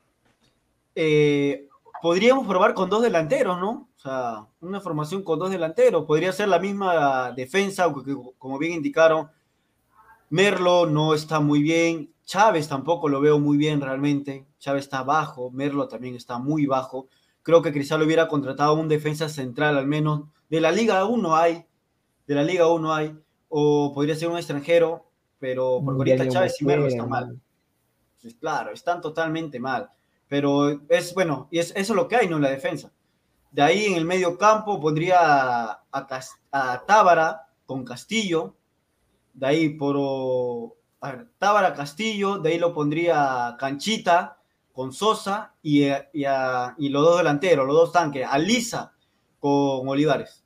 Eh, podríamos probar con dos delanteros, ¿no? O sea, una formación con dos delanteros. Podría ser la misma defensa, aunque como bien indicaron, Merlo no está muy bien. Chávez tampoco lo veo muy bien realmente. Chávez está bajo, Merlo también está muy bajo. Creo que Cristal hubiera contratado un defensa central, al menos. De la Liga uno hay, de la Liga uno hay, o podría ser un extranjero, pero porque ahorita Daniel Chávez y Merlo Mosquera, están mal. Pues claro, están totalmente mal. Pero es bueno, y es, eso es lo que hay, ¿no? En la defensa. De ahí en el medio campo pondría a, a, Cas- a Tábara con Castillo. De ahí por a ver, Tábara Castillo. De ahí lo pondría Canchita con Sosa y, eh, y, a- y los dos delanteros, los dos tanques, Alisa con Olivares.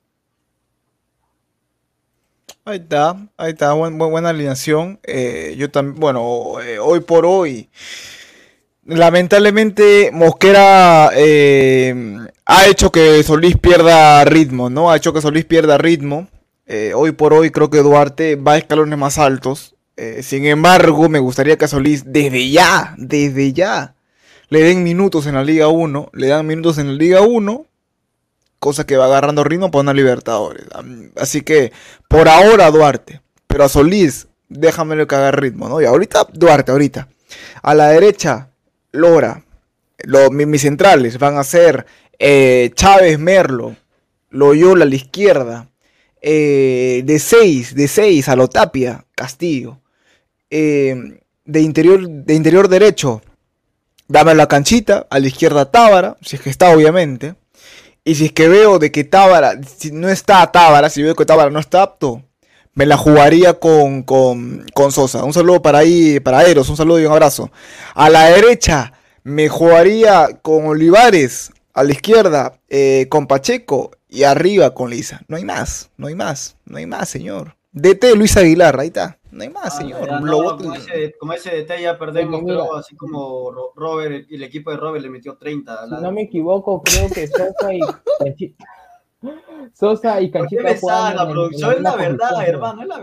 Ahí está, ahí está, buen- buen- buena alineación. Eh, yo también, bueno, eh, hoy por hoy, lamentablemente Mosquera eh, ha hecho que Solís pierda ritmo, ¿no? Ha hecho que Solís pierda ritmo. Eh, hoy por hoy creo que Duarte va a escalones más altos. Eh, sin embargo, me gustaría que a Solís desde ya, desde ya, le den minutos en la Liga uno, le dan minutos en la Liga uno, cosa que va agarrando ritmo para una Libertadores. Am- Así que, por ahora Duarte, pero a Solís, déjamelo que haga ritmo, ¿no? Y ahorita, Duarte, ahorita. A la derecha, Lora. Lo- mi- mis centrales van a ser eh, Chávez, Merlo, Loyola a la izquierda. Eh, de seis, de seis a lo Tapia, Castillo. Eh, de interior, de interior derecho, dame la Canchita, a la izquierda Tábara, si es que está obviamente. Y si es que veo de que Tábara, si no está Tábara, si veo que Tábara no está apto, me la jugaría con, con, con Sosa. Un saludo para ahí, para Eros, un saludo y un abrazo. A la derecha me jugaría con Olivares, a la izquierda eh, con Pacheco y arriba con Lisa. No hay más, no hay más, no hay más, señor. D T Luis Aguilar, ahí está. No hay más, Ah, señor. ya, Lo no, boto- con, ese, con ese detalle ya perdemos, Oye, mira. creo, así como Ro- Robert, el equipo de Robert le metió treinta. Si no me equivoco, creo que Sosa y Canchita, Sosa y ¿Por qué Canchita me juegan saca, en, el- en producción? la Es la misma verdad, posición, creo. hermano, es la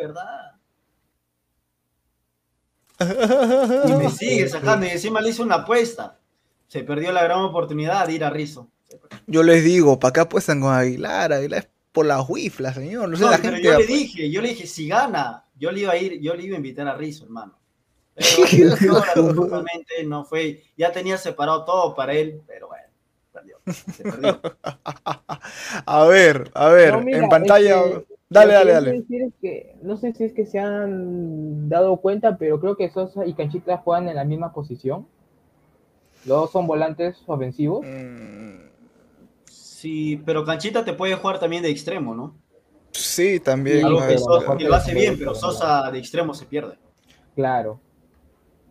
verdad. Y me sigue sacando, y encima le hice una apuesta. Se perdió la gran oportunidad de ir a Rizzo. Yo les digo, ¿para qué apuestan con Aguilar? Aguilar es por la huifla, señor. No sé, No, la pero gente yo le apu- dije, yo le dije, si gana, yo le iba a ir, yo le iba a invitar a Rizzo, hermano. Pero lastimosamente no fue, ya tenía separado todo para él, pero bueno, perdió, se perdió. A ver, a ver, No, mira, en pantalla. este, Dale, lo que dale, yo dale. quiero decir es que, no sé si es que se han dado cuenta, pero creo que Sosa y Canchita juegan en la misma posición. Los dos son volantes ofensivos. Mm, Sí, pero Canchita te puede jugar también de extremo, ¿no? sí, también. Sí, Algo a que, ver, pero Sosa- mejor que que lo hace de bien, extremo, pero ¿verdad? Sosa de extremo se pierde. Claro.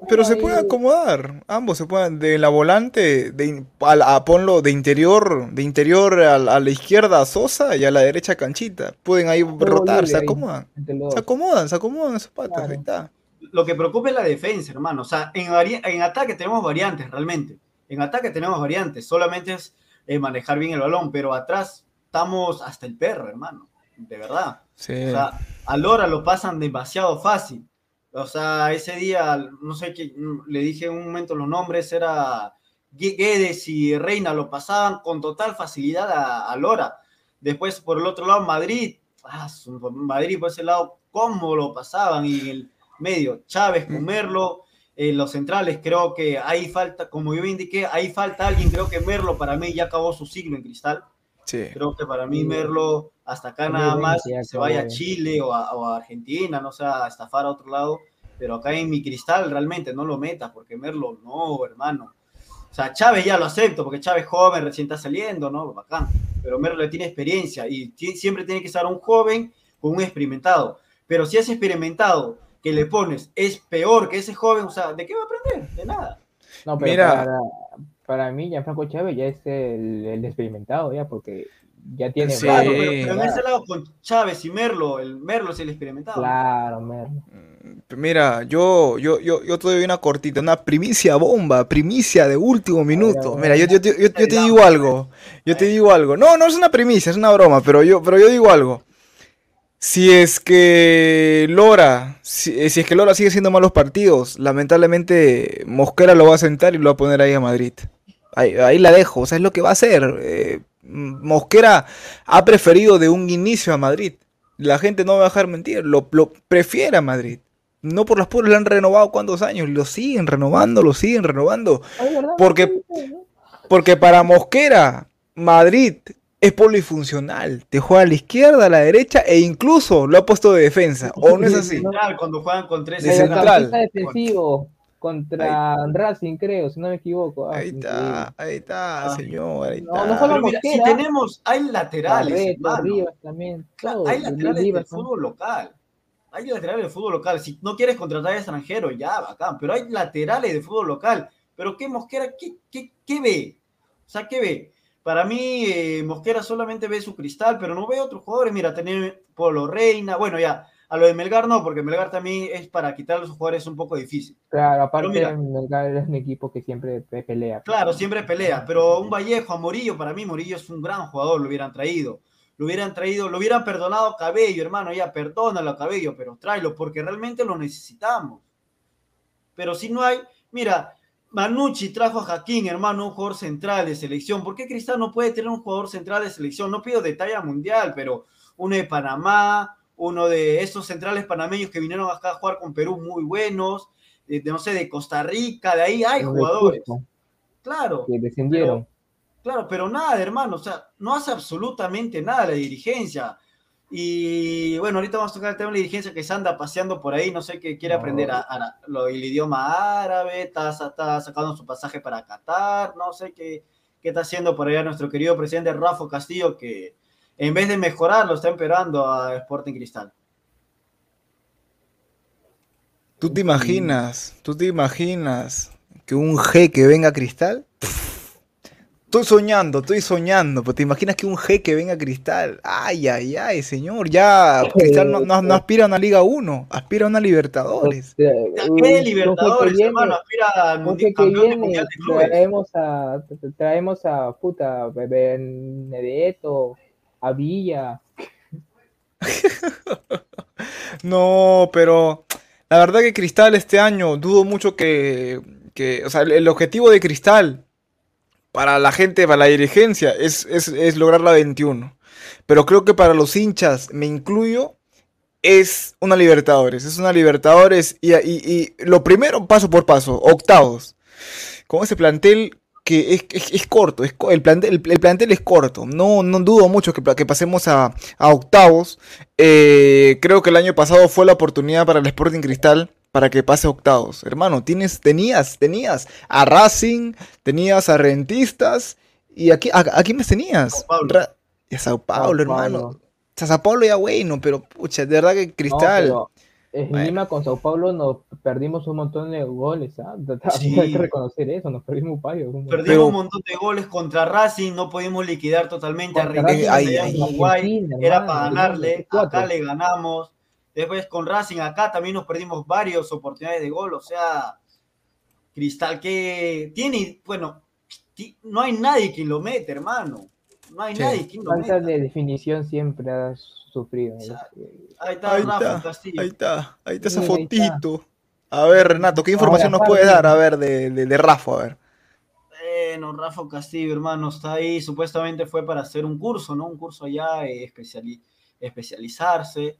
pero Bueno, se pueden ahí, acomodar, ambos se pueden, de la volante, de, in- a, la- a ponlo de interior, de interior a, la a la izquierda a Sosa y a la derecha a Canchita. Pueden ahí juego rotar, se libre ahí, acomodan, entre los se dos. acomodan, se acomodan esos patas, ahí Claro. está. Lo que preocupa es la defensa, hermano. O sea, en, vari- en ataque tenemos variantes, realmente. En ataque tenemos variantes. Solamente es eh, manejar bien el balón, pero atrás estamos hasta el perro, hermano. De verdad. Sí. O sea, a Lora lo pasan demasiado fácil. O sea, ese día, no sé qué, le dije en un momento los nombres, era Gue- Guedes y Reina, lo pasaban con total facilidad a, a Lora. Después, por el otro lado, Madrid, ah, su- Madrid por ese lado, cómo lo pasaban y el medio, Chávez, Mm, Merlo, eh, los centrales, creo que ahí falta, como yo indiqué, ahí falta alguien, creo que Merlo para mí ya acabó su siglo en Cristal. sí. Creo que para mí Sí, Merlo hasta acá dos mil nada más veinte ya se vaya a acabó. eh. Chile o a, o a Argentina, no sé, a estafar a otro lado, pero acá en mi Cristal realmente no lo metas porque Merlo no, hermano. O sea, Chávez ya lo acepto porque Chávez joven, recién está saliendo, ¿no? Bacán. Pero Merlo le tiene experiencia y ti- siempre tiene que estar un joven con un experimentado. Pero si ese experimentado que le pones es peor que ese joven, o sea, ¿de qué va a aprender? De nada. No, pero Mira, para, para mí, Gianfranco Chávez ya es el, el experimentado, ya, porque ya tiene sí. Claro, varios. pero, pero en ese ¿Verdad? lado con Chávez y Merlo, el Merlo es el experimentado, ¿no? Claro, Merlo. Mira, yo, yo, yo, yo te doy una cortita, una primicia bomba, primicia de último A ver, a minuto. ver, Mira, yo, yo, te- yo, yo te Dame, digo algo, yo te digo algo. No, no es una primicia, es una broma, pero yo, pero yo digo algo. Si es que Lora, si, eh, si es que Lora sigue haciendo malos partidos, lamentablemente Mosquera lo va a sentar y lo va a poner ahí a Madrid. Ahí, ahí la dejo, o sea, es lo que va a hacer. Eh, Mosquera ha preferido de un inicio a Madrid. La gente no me va a dejar mentir, lo, lo prefiere a Madrid. No por las puras le han renovado cuántos años, lo siguen renovando, lo siguen renovando. Ay, ¿verdad? Porque, porque para Mosquera, Madrid es polifuncional. Te juega a la izquierda, a la derecha e incluso lo ha puesto de defensa. ¿O no es De así? central, cuando juegan con tres De centrales. central. Mediocampista defensivo contra Racing, creo, si no me equivoco. Ah, Ahí increíble. está, ahí está, Ah. señor, ahí No, no está. solo Pero mira, si Mosquera, tenemos, hay laterales, Barreto, hermano. Rivas también. Claro, Todo, hay Rivas laterales del también. fútbol local. Hay laterales del fútbol local. Si no quieres contratar a extranjero, ya, bacán. Pero hay laterales de fútbol local. Pero ¿qué Mosquera, qué, qué, qué ve? O sea, ¿qué ve? Para mí, eh, Mosquera solamente ve su Cristal, pero no ve otros jugadores. Mira, tener Polo Reina. Bueno, ya, a lo de Melgar no, porque Melgar también es para quitar a los jugadores un poco difícil. Claro, Pero aparte mira, Melgar es un equipo que siempre pe- pelea. claro, siempre pelea, pero un Vallejo a Morillo, para mí Morillo es un gran jugador, lo hubieran traído. Lo hubieran traído, lo hubieran perdonado a Cabello, hermano, ya perdónalo a Cabello, pero tráelo, porque realmente lo necesitamos. Pero si no hay, mira, Manucci trajo a Jaquín, hermano, un jugador central de selección. ¿Por qué Cristal no puede tener un jugador central de selección? No pido de talla mundial, pero uno de Panamá, uno de esos centrales panameños que vinieron acá a jugar con Perú muy buenos, de, de, no sé, de Costa Rica, de ahí hay Los de jugadores. Cusco, Claro, que descendieron. pero, claro, pero nada, hermano, o sea, no hace absolutamente nada la dirigencia. Y bueno, ahorita vamos a tocar el tema de la dirigencia que se anda paseando por ahí, no sé qué quiere No. aprender a, a- lo- el idioma árabe, está, está sacando su pasaje para Qatar, no sé qué, qué está haciendo por allá nuestro querido presidente Rafa Castillo, que en vez de mejorar lo está empeorando a Sporting Cristal. ¿Tú te imaginas, tú te imaginas que un jeque venga a Cristal? Estoy soñando, estoy soñando, pero te imaginas que un jeque venga a Cristal. Ay, ay, ay, señor, ya Cristal no, no, no aspira a una Liga uno, aspira a una Libertadores. ¿Qué Libertadores, hermano? Aspira al mundi- que campeón de viene, mundial de clubes. traemos a, traemos a puta Benedetto, a Villa. No, pero la verdad que Cristal este año dudo mucho que, que o sea, el, el objetivo de Cristal para la gente, para la dirigencia, es, es, es lograr la veintiuno. Pero creo que para los hinchas, me incluyo, es una Libertadores. Es una Libertadores y, y, y lo primero, paso por paso, octavos. Con ese plantel que es, es, es corto, es, co- el, plantel, el, el plantel es corto. No, no dudo mucho que, que pasemos a, a octavos. Eh, creo que el año pasado fue la oportunidad para el Sporting Cristal para que pase a octavos. Hermano, tienes, tenías, tenías a Racing, tenías a Rentistas y aquí, a, ¿a quién más tenías? Sao Paulo. Ra- y a Sao Paulo, Sao hermano. Paulo. O sea, Sao Paulo ya bueno, pero pucha, de verdad que No, Cristal. pero En Bueno. Lima con Sao Paulo nos perdimos un montón de goles, ¿ah? Sí. Hay que reconocer eso, nos perdimos varios. un montón. Perdimos Pero- un montón de goles contra Racing, no pudimos liquidar totalmente a Contra Riquelme Racing allá en en Uruguay, Argentina, era hermano, para hermano, ganarle, cuatro. acá le ganamos. Después con Racing acá también nos perdimos varias oportunidades de gol, o sea, Cristal que tiene, bueno, ti- no hay nadie quien lo mete, hermano. No hay Sí. nadie quien lo Falta meta. de definición siempre has sufrido. Sa- eh, Ahí está Ahí Rafa está, Castillo. ahí está, ahí está esa Mira, ahí está. fotito. A ver, Renato, ¿qué información Ahora, nos puedes aparte- dar? A ver, de, de, de Rafa, a ver. Bueno, Rafa Castillo, hermano, está ahí. Supuestamente fue para hacer un curso, ¿no? Un curso allá, eh, especiali- especializarse.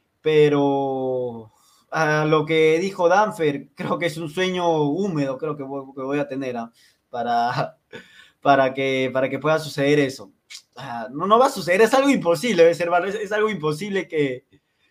Pero a lo que dijo Danfer, creo que es un sueño húmedo, creo que voy, que voy a tener ¿ah? para, para, que, para que pueda suceder eso. Ah, no, no va a suceder, es algo imposible, ¿ves, hermano? Es, es algo imposible que,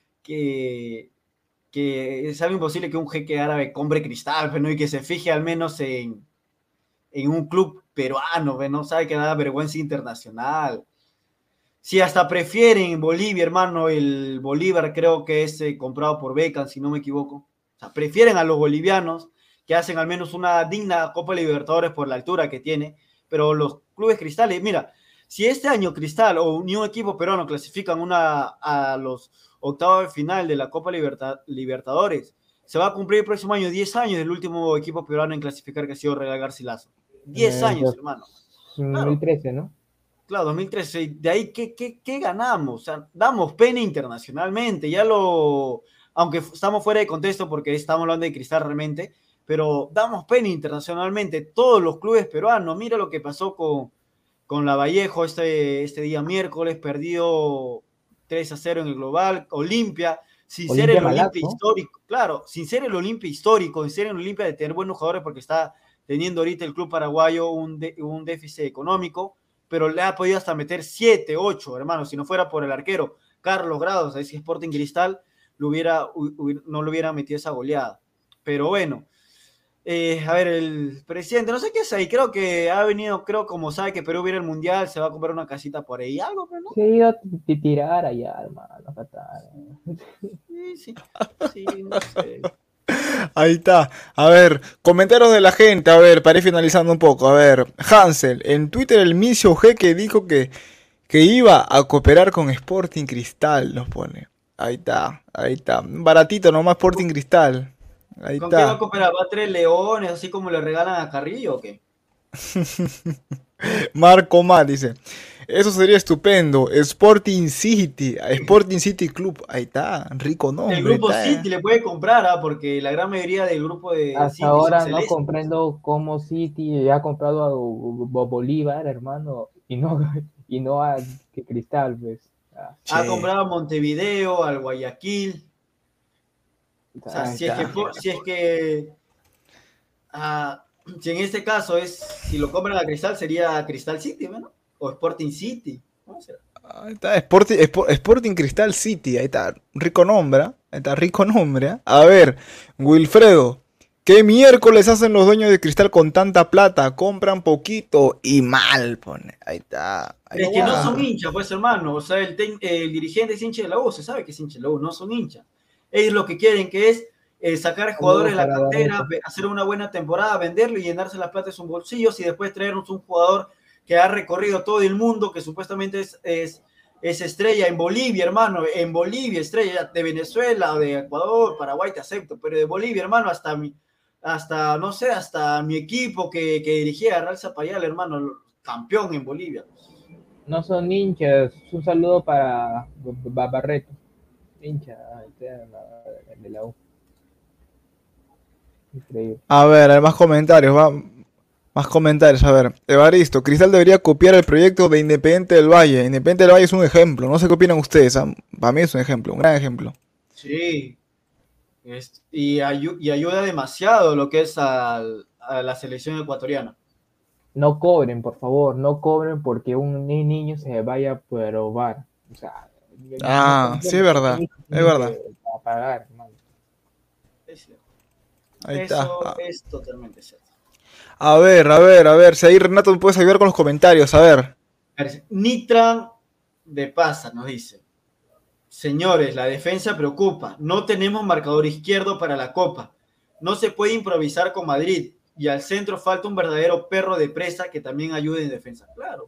que, que es algo imposible que un jeque árabe compre Cristal, pero ¿no? Y que se fije al menos en, en un club peruano, ¿ve? No sabe que da vergüenza internacional. Si hasta prefieren Bolivia, hermano, el Bolívar creo que es eh, comprado por Beckham, si no me equivoco. O sea, prefieren a los bolivianos que hacen al menos una digna Copa Libertadores por la altura que tiene, pero los clubes cristales, mira, si este año Cristal o ni un equipo peruano clasifican una, a los octavos de final de la Copa Liberta, Libertadores, se va a cumplir el próximo año diez años del último equipo peruano en clasificar que ha sido Real Garcilaso. diez Eh, años, dos- hermano. dos mil trece, ¿no? Claro, dos mil trece, de ahí, ¿qué, qué, qué ganamos? O sea, damos pena internacionalmente, ya lo, aunque estamos fuera de contexto porque estamos hablando de Cristal realmente, pero damos pena internacionalmente, todos los clubes peruanos, mira lo que pasó con, con Lavallejo este, este día miércoles, perdió tres a cero en el global, Olimpia, sin ser Olimpia el Olimpia Malazo. histórico, claro, sin ser el Olimpia histórico, sin ser el Olimpia de tener buenos jugadores porque está teniendo ahorita el club paraguayo un, de, un déficit económico, pero le ha podido hasta meter siete, ocho, hermano, si no fuera por el arquero Carlos Grados, ese Sporting Cristal, lo hubiera, hubiera, no le hubiera metido esa goleada. Pero bueno, eh, a ver, el presidente, no sé qué es ahí, creo que ha venido, creo como sabe que Perú viene al Mundial, se va a comprar una casita por ahí, algo, pero no. Se ha ido a tirar allá, hermano, fatal. Sí, sí, sí, no sé. Ahí está. A ver, comentarios de la gente. A ver, para ir finalizando un poco. A ver, Hansel, en Twitter el misio Jeque dijo que, que iba a cooperar con Sporting Cristal, nos pone. Ahí está, ahí está. Baratito nomás Sporting Cristal. Ahí ¿Con qué va a está. cooperar? ¿Va a traer leones, así como le regalan a Carrillo o qué? Marco Mar dice, eso sería estupendo. Sporting City, Sporting City Club. Ahí está, rico nombre. El grupo está, City eh. le puede comprar, ¿ah? Porque la gran mayoría del grupo de Hasta City ahora son no celestes. comprendo cómo City ha comprado a Bo- Bolívar, hermano, y no, y no a que Cristal, pues. Ah, Ha Sí. comprado a Montevideo, al Guayaquil. O sea, ahí si es que, está. for- si es que ah, si en este caso es, si lo compran a Cristal sería Cristal City, ¿no? O Sporting City. ¿Cómo será? Ahí está, Sporting, Spo- Sporting Cristal City, ahí está, rico nombre, ¿eh? Ahí está, rico nombre. ¿eh? A ver, Wilfredo, ¿qué miércoles hacen los dueños de Cristal con tanta plata? Compran poquito y mal, pone. Ahí está. Ahí Es que no está. son hinchas, pues hermano. O sea, el, ten- el dirigente es hincha de la U, se sabe que es hincha de la U, no son hinchas. Ellos lo que quieren que es eh, sacar jugadores de la para cantera, Barreto. ve- hacer una buena temporada, venderlo y llenarse la plata de sus bolsillos y después traernos un jugador que ha recorrido todo el mundo, que supuestamente es, es, es estrella en Bolivia, hermano. En Bolivia, estrella de Venezuela, de Ecuador, Paraguay, te acepto, pero de Bolivia, hermano, hasta mi, hasta, no sé, hasta mi equipo que, que dirigía, Real Zapayal, hermano, campeón en Bolivia. No son hinchas. Un saludo para Ba- Barreto. Hincha de la, de la U. Increíble. A ver, hay más comentarios, va. Más comentarios, a ver. Evaristo, Cristal debería copiar el proyecto de Independiente del Valle. Independiente del Valle es un ejemplo. No sé qué opinan ustedes. ¿ah? Para mí es un ejemplo, un gran ejemplo. Sí, es- y, ayu- y ayuda demasiado lo que es al- a la selección ecuatoriana. No cobren, por favor, no cobren porque un ni- niño se vaya a probar. O sea, Ah, sí, es verdad, tienen es verdad. que pagar, hermano. Es cierto. Ahí está. Eso Ah. es totalmente cierto. A ver, a ver, a ver. Si ahí Renato me puedes ayudar con los comentarios, a ver. Nitran de Pasa nos dice. señores, la defensa preocupa. No tenemos marcador izquierdo para la Copa. No se puede improvisar con Madrid. Y al centro falta un verdadero perro de presa que también ayude en defensa. Claro.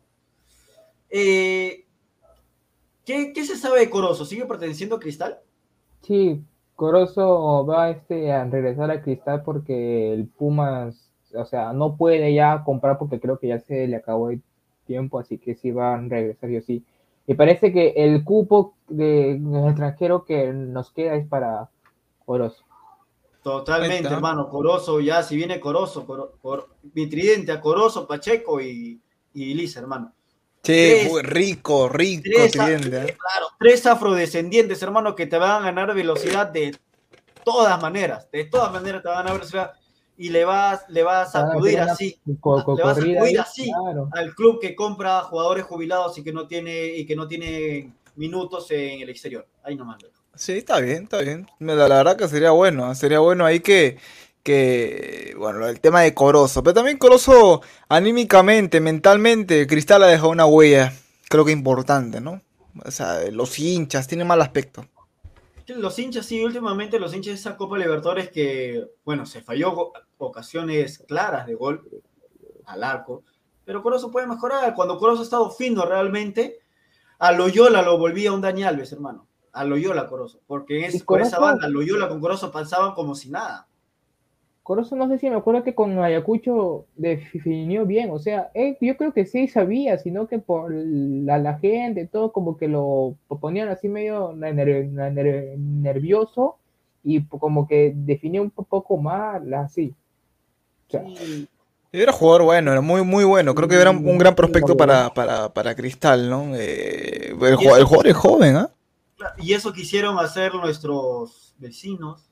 Eh, ¿qué, ¿Qué se sabe de Corozo? ¿Sigue perteneciendo a Cristal? Sí, Corozo va este, a regresar a Cristal porque el Pumas, o sea, no puede ya comprar porque creo que ya se le acabó el tiempo, así que sí va a regresar yo sí. Y parece que el cupo de, de extranjero que nos queda es para Corozo. Totalmente, hermano. Corozo, ya, si viene Corozo, Coro, Cor, mi tridente a Corozo, Pacheco y, y Lisa, hermano. Sí, tres, muy rico, rico tres, tridente. ¿eh? Claro, tres afrodescendientes, hermano, que te van a ganar velocidad de todas maneras. De todas maneras te van a ganar velocidad. Y le vas, le vas a sacudir ah, así. Co co le vas a sacudir así claro. al club que compra jugadores jubilados y que no tiene, y que no tiene minutos en el exterior. Ahí nomás. Sí, está bien, está bien. La, la verdad que sería bueno, sería bueno ahí que, que, bueno, el tema de Corozo, pero también Corozo anímicamente, mentalmente, Cristal ha dejado una huella, creo que importante, ¿no? O sea, los hinchas tienen mal aspecto. Los hinchas, sí, últimamente los hinchas de esa Copa Libertadores que, bueno, se falló ocasiones claras de gol al arco, pero Corozo puede mejorar. Cuando Corozo ha estado fino realmente, a Loyola lo volvía un Dani Alves, hermano. A Loyola Corozo, porque es, por esa banda Loyola con Corozo pasaban como si nada. Corozo, no sé si me acuerdo que con Ayacucho definió bien, o sea, él, yo creo que sí sabía, sino que por la, la gente, todo como que lo ponían así medio ner ner nervioso y como que definió un poco más así. O sea, sí. Era jugador bueno, era muy muy bueno, creo que era un gran prospecto para, para, para Cristal, ¿no? Eh, el, el jugador es joven, ¿ah? ¿eh? Y eso quisieron hacer nuestros vecinos,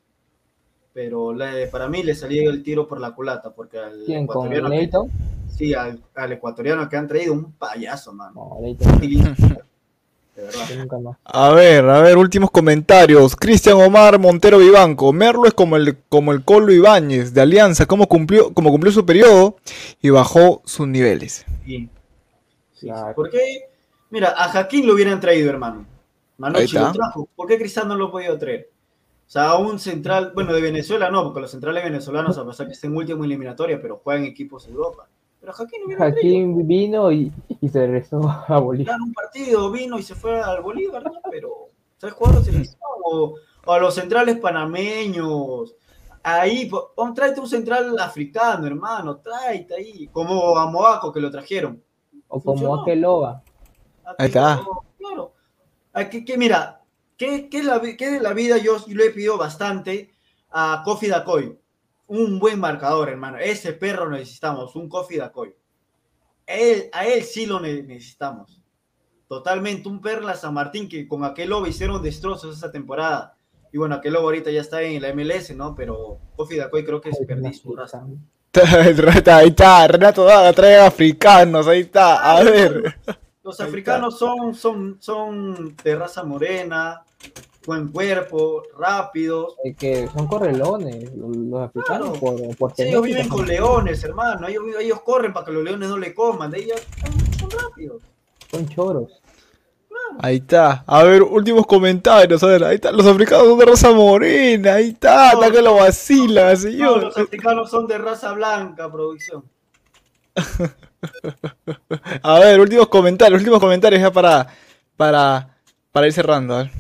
pero le, para mí le salió el tiro por la culata, porque al ¿Quién, ecuatoriano con Leito? Que, sí, al, al ecuatoriano que han traído un payaso, mano. No, Leito. De verdad. A ver, a ver, últimos comentarios. Cristian Omar Montero Vivanco. Merlo es como el, como el Colo Ibáñez de Alianza, como cumplió, como cumplió su periodo y bajó sus niveles. Sí, sí, claro. Sí. Porque, mira, a Jaquín lo hubieran traído, hermano. Manochi lo trajo. ¿Por qué Cristal no lo ha podido traer? O sea, un central, bueno, de Venezuela no, porque los centrales venezolanos, a pesar que estén en última eliminatoria, pero juegan equipos de Europa. Pero Jaquín no hubiera Jaquín traído. vino y, y se regresó a Bolívar. Claro, un partido vino y se fue al Bolívar, ¿no? Pero tres jugadores se les o, o a los centrales panameños. Ahí, pon, tráete un central africano, hermano, tráete ahí. Como a Moaco que lo trajeron. O como a Keloba. Ahí está. Claro. Que, que, mira, ¿qué, qué, es la, ¿qué de la vida? Yo, yo le he pedido bastante a Kofi Dacoy. Un buen marcador, hermano. Ese perro necesitamos, un Kofi Dacoy. Él, a él sí lo necesitamos. Totalmente, un Perla San Martín que con aquel lobo hicieron destrozos esa temporada. Y bueno, aquel lobo ahorita ya está en la M L S, ¿no? Pero Kofi Dacoy creo que es perdido su raza. Ahí está, Renato Daga trae africanos, ahí está, a ver. Los africanos son, son, son de raza morena, buen cuerpo, rápidos. Es que son correlones, los, los africanos. Claro. Por, por sí, ellos viven con leones, hermano. Ellos, ellos corren para que los leones no le coman. De ellos son, son rápidos. Son choros. Claro. Ahí está. A ver, últimos comentarios. A ver, ahí está. Los africanos son de raza morena. Ahí está. No, está que lo vacila, señor. No, los africanos son de raza blanca, producción. A ver, últimos comentarios, últimos comentarios ya para, para, para ir cerrando. A ver.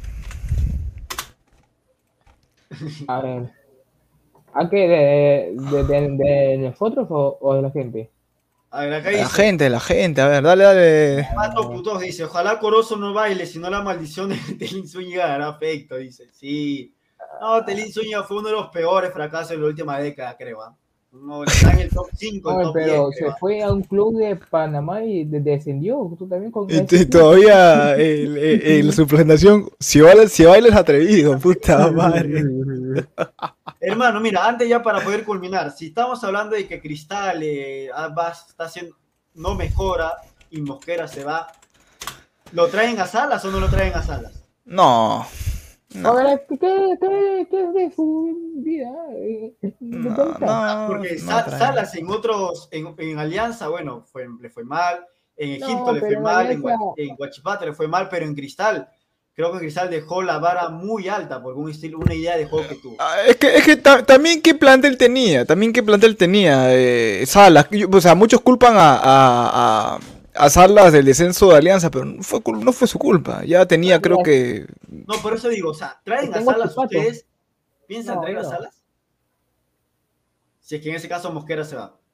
A ver. ¿A qué? ¿De, de, de, de nosotros o, o de la gente? A ver, acá dice. La gente, la gente, a ver, dale, dale. Mato Putos dice, ojalá Corozo no baile, si no la maldición de Telín Zúñiga hará efecto, dice. Sí. No, Telín Zúñiga fue uno de los peores fracasos de la última década, creo. ¿eh? No, está en el top cinco. No, el top pero diez, se creo. fue a un club de Panamá y de descendió. Tú también con Y, y todavía el, el, el, su presentación, si bailas, si bailas atrevido, puta madre. Hermano, mira, antes ya para poder culminar, si estamos hablando de que Cristal eh, va, está haciendo, no mejora y Mosquera se va, ¿lo traen a Salas o no lo traen a Salas? No. No. A ver, ¿qué, qué, qué es de su vida? No, no, Porque no Sa trae. Salas en otros, en, en Alianza, bueno, fue, le fue mal, en Egipto No, le fue pero en mal, Alianza- en, Gua- en Huachipato le fue mal, pero en Cristal creo que Cristal dejó la vara muy alta por un estilo, una idea de juego que tuvo. Ah, Es que, es que ta- también qué plantel tenía, también qué plantel tenía eh, Salas. Yo- O sea, muchos culpan a, a, a, a Salas del descenso de Alianza, pero no fue, cul- no fue su culpa. Ya tenía, creo Mira, que... No, por eso digo, o sea, traen a tengo Salas Chipato. ustedes, ¿piensan No, traer a no. Salas? Si es que en ese caso Mosquera se va.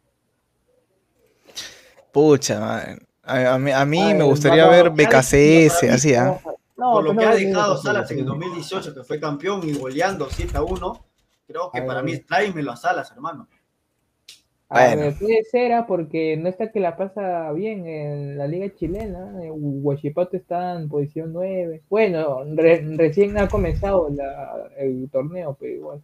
Pucha, man. A, a mí, a mí me Ay, gustaría vamos, ver Lo que ha dejado, B K C S, para mí, así, ¿ah? No, por lo pues que no ha es lo mismo dejado que Salas en el sí. dos mil dieciocho, que fue campeón y goleando siete a uno, creo que A para mí ver. tráemelo a Salas, hermano. A Bueno. ver, puede ser, ah, porque no está que la pasa bien en la liga chilena. eh, Huachipato está en posición nueve. Bueno, re- recién ha comenzado la- el torneo, pero igual.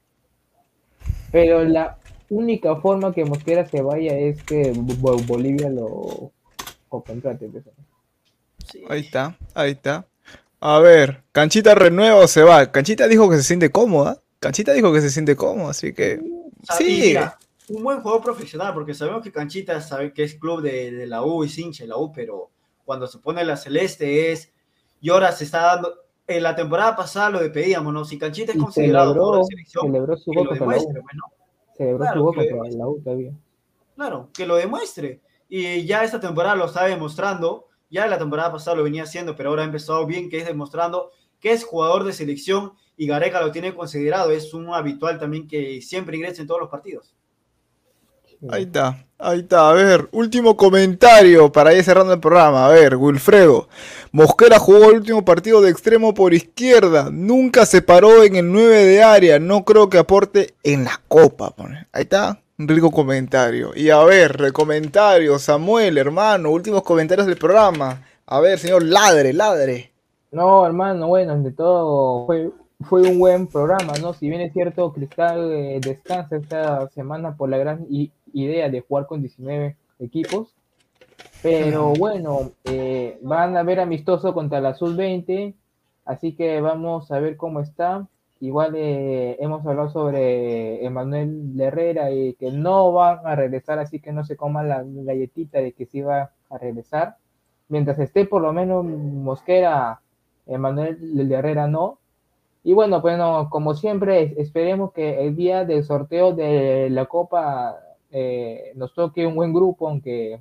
Pero la única forma que Mosquera se vaya es que Bo- Bolivia lo o contrate. Pues. Sí. Ahí está, ahí está. A ver, ¿Canchita renueva o se va? Canchita dijo que se siente cómoda. Canchita dijo que se siente cómoda, así que... O sea, y Sí. mira, un buen jugador profesional, porque sabemos que Canchita sabe que es club de, de la U y es hincha de la U, pero cuando se pone la celeste es, y ahora se está dando, en la temporada pasada lo despedíamos, ¿no? Si Canchita es Y considerado jugador de celebró, selección, celebró su que gol lo contra la demuestre, U. bueno, Celebró su claro, gol que lo contra demuestre, la U todavía. claro, que lo demuestre. Y ya esta temporada lo está demostrando, ya la temporada pasada lo venía haciendo, pero ahora ha empezado bien, que es demostrando que es jugador de selección y Gareca lo tiene considerado, es un habitual también que siempre ingresa en todos los partidos. Sí. Ahí está, ahí está. A ver, último comentario para ir cerrando el programa. A ver, Wilfredo. Mosquera jugó el último partido de extremo por izquierda. Nunca se paró en el nueve de área. No creo que aporte en la copa. Pone. Ahí está, un rico comentario. Y a ver, comentario, Samuel, hermano. Últimos comentarios del programa. A ver, señor, ladre, ladre. No, hermano, bueno, ante todo fue, fue un buen programa, ¿no? Si bien es cierto, Cristal eh, descansa esta semana por la gran i- idea de jugar con diecinueve equipos, pero bueno, eh, van a ver amistoso contra la sub veinte, así que vamos a ver cómo está. Igual eh, hemos hablado sobre Emanuel Herrera y que no van a regresar, así que no se coman la galletita de que sí va a regresar. Mientras esté por lo menos Mosquera, Emanuel Herrera no. Y bueno, bueno, como siempre, esperemos que el día del sorteo de la Copa eh, nos toque un buen grupo, aunque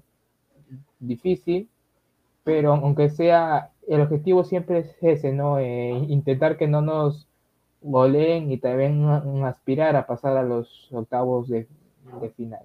difícil, pero aunque sea, el objetivo siempre es ese, ¿no? Eh, intentar que no nos goleen y también uh, aspirar a pasar a los octavos de, de final.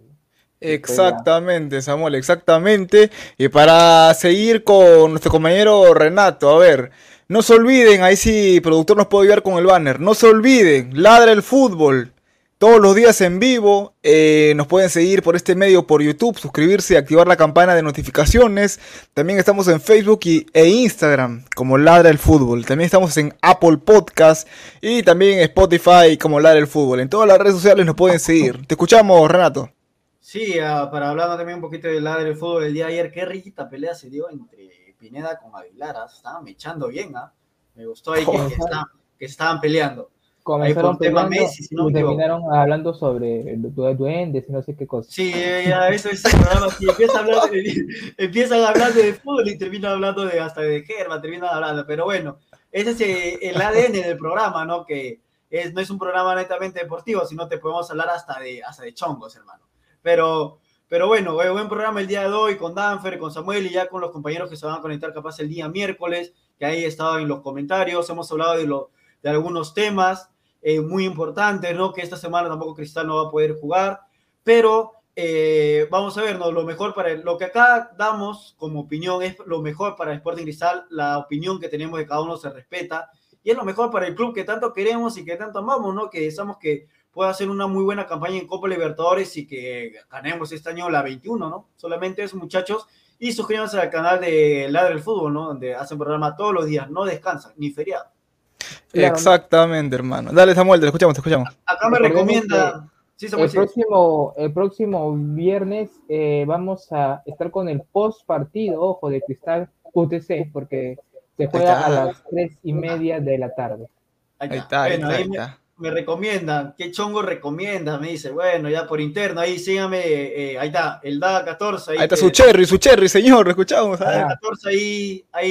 Exactamente, Samuel, exactamente. Y para seguir con nuestro compañero Renato, a ver, no se olviden, ahí sí, productor nos puede ayudar con el banner, no se olviden, Ladra el Fútbol, todos los días en vivo, eh, nos pueden seguir por este medio, por YouTube, suscribirse y activar la campana de notificaciones. También estamos en Facebook y, e Instagram como Ladra el Fútbol. También estamos en Apple Podcast y también en Spotify como Ladra el Fútbol. En todas las redes sociales nos pueden seguir. Te escuchamos, Renato. Sí, uh, para hablar también un poquito del lado del fútbol el día de ayer, qué riquita pelea se dio entre Pineda con Aguilar, ¿eh? Estaban echando bien, ¿eh? Me gustó ahí que, que, está, que estaban peleando. Comenzaron peleando Messi, si no y terminaron hablando sobre du duendes y no sé qué cosas. Sí, ya, eso es el programa. Si empieza a hablar de, empiezan hablando de fútbol y terminan hablando de hasta de Germa, terminan hablando. Pero bueno, ese es el A D N del programa, ¿no? Que es, no es un programa netamente deportivo, sino te podemos hablar hasta de, hasta de chongos, hermano. Pero, pero bueno, buen programa el día de hoy con Danfer, con Samuel y ya con los compañeros que se van a conectar capaz el día miércoles, que ahí estaba en los comentarios. Hemos hablado de, lo, de algunos temas. Eh, muy importante, ¿no? Que esta semana tampoco Cristal no va a poder jugar, pero eh, vamos a ver, ¿no? Lo mejor para el, lo que acá damos como opinión es lo mejor para el Sporting Cristal, la opinión que tenemos de cada uno se respeta, y es lo mejor para el club que tanto queremos y que tanto amamos, ¿no? Que deseamos que pueda hacer una muy buena campaña en Copa Libertadores y que ganemos este año la veintiuno, ¿no? Solamente eso, muchachos, y suscríbanse al canal de Ladra el Fútbol, ¿no? Donde hacen programa todos los días, no descansan, ni feriado. Claro. Exactamente, hermano. Dale, Samuel, te escuchamos, te escuchamos. Acá me recomienda... Sí, el, próximo, el próximo viernes eh, vamos a estar con el post partido, ojo, de Cristal U T C, porque se juega a las tres y media de la tarde. Ahí está, ahí está. Bueno, ahí ahí está. Me, me recomiendan, ¿qué chongo recomienda? Me dice, bueno, ya por interno, ahí sígame, eh, ahí está, el D A catorce. Ahí, ahí está que, su cherry, su cherry, señor, escuchamos. El D A catorce, ahí, ahí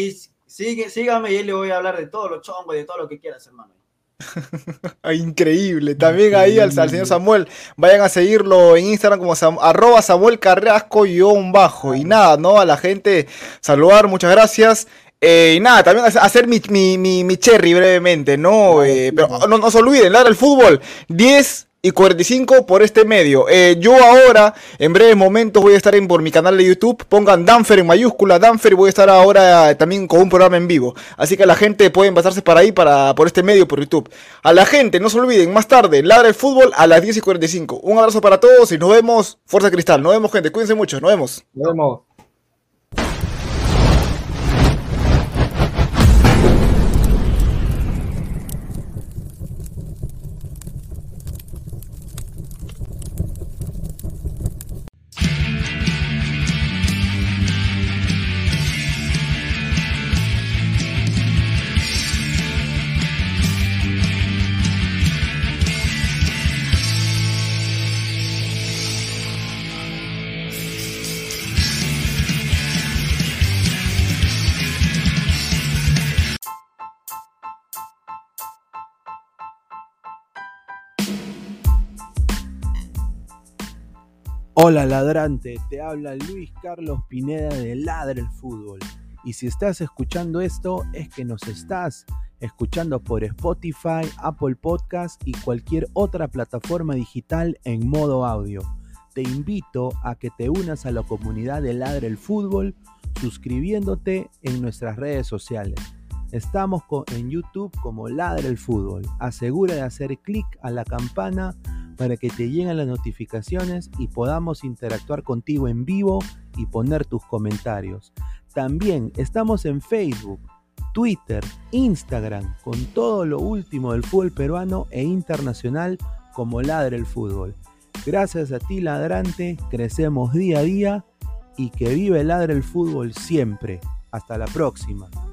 Sigue, sígame y ahí le voy a hablar de todos los chongos y de todo lo que quieras, hermano. Increíble. También ahí al, al señor Samuel, vayan a seguirlo en Instagram como Sam, arroba Samuel Carrasco guión bajo. Y nada, ¿no? A la gente saludar, muchas gracias. Eh, y nada, también hacer mi, mi, mi, mi cherry brevemente, ¿no? Eh, pero no, no se olviden, Ladra el Fútbol, diez y cuarenta y cinco por este medio. Eh, yo ahora, en breves momentos, voy a estar en, por mi canal de YouTube. Pongan Danfer en mayúscula, Danfer, y voy a estar ahora también con un programa en vivo. Así que la gente puede pasarse para ahí, para, por este medio, por YouTube. A la gente, no se olviden, más tarde, Ladra el Fútbol a las diez y cuarenta y cinco. Un abrazo para todos y nos vemos. Fuerza Cristal, nos vemos, gente. Cuídense mucho, nos vemos. Nos vemos. Hola ladrante, te habla Luis Carlos Pineda de Ladra el Fútbol. Y si estás escuchando esto es que nos estás escuchando por Spotify, Apple Podcast y cualquier otra plataforma digital en modo audio. Te invito a que te unas a la comunidad de Ladra el Fútbol suscribiéndote en nuestras redes sociales. Estamos en YouTube como Ladra el Fútbol. Asegura de hacer clic a la campana para que te lleguen las notificaciones y podamos interactuar contigo en vivo y poner tus comentarios. También estamos en Facebook, Twitter, Instagram, con todo lo último del fútbol peruano e internacional como Ladra el Fútbol. Gracias a ti, ladrante, crecemos día a día y que vive Ladra el Fútbol siempre. Hasta la próxima.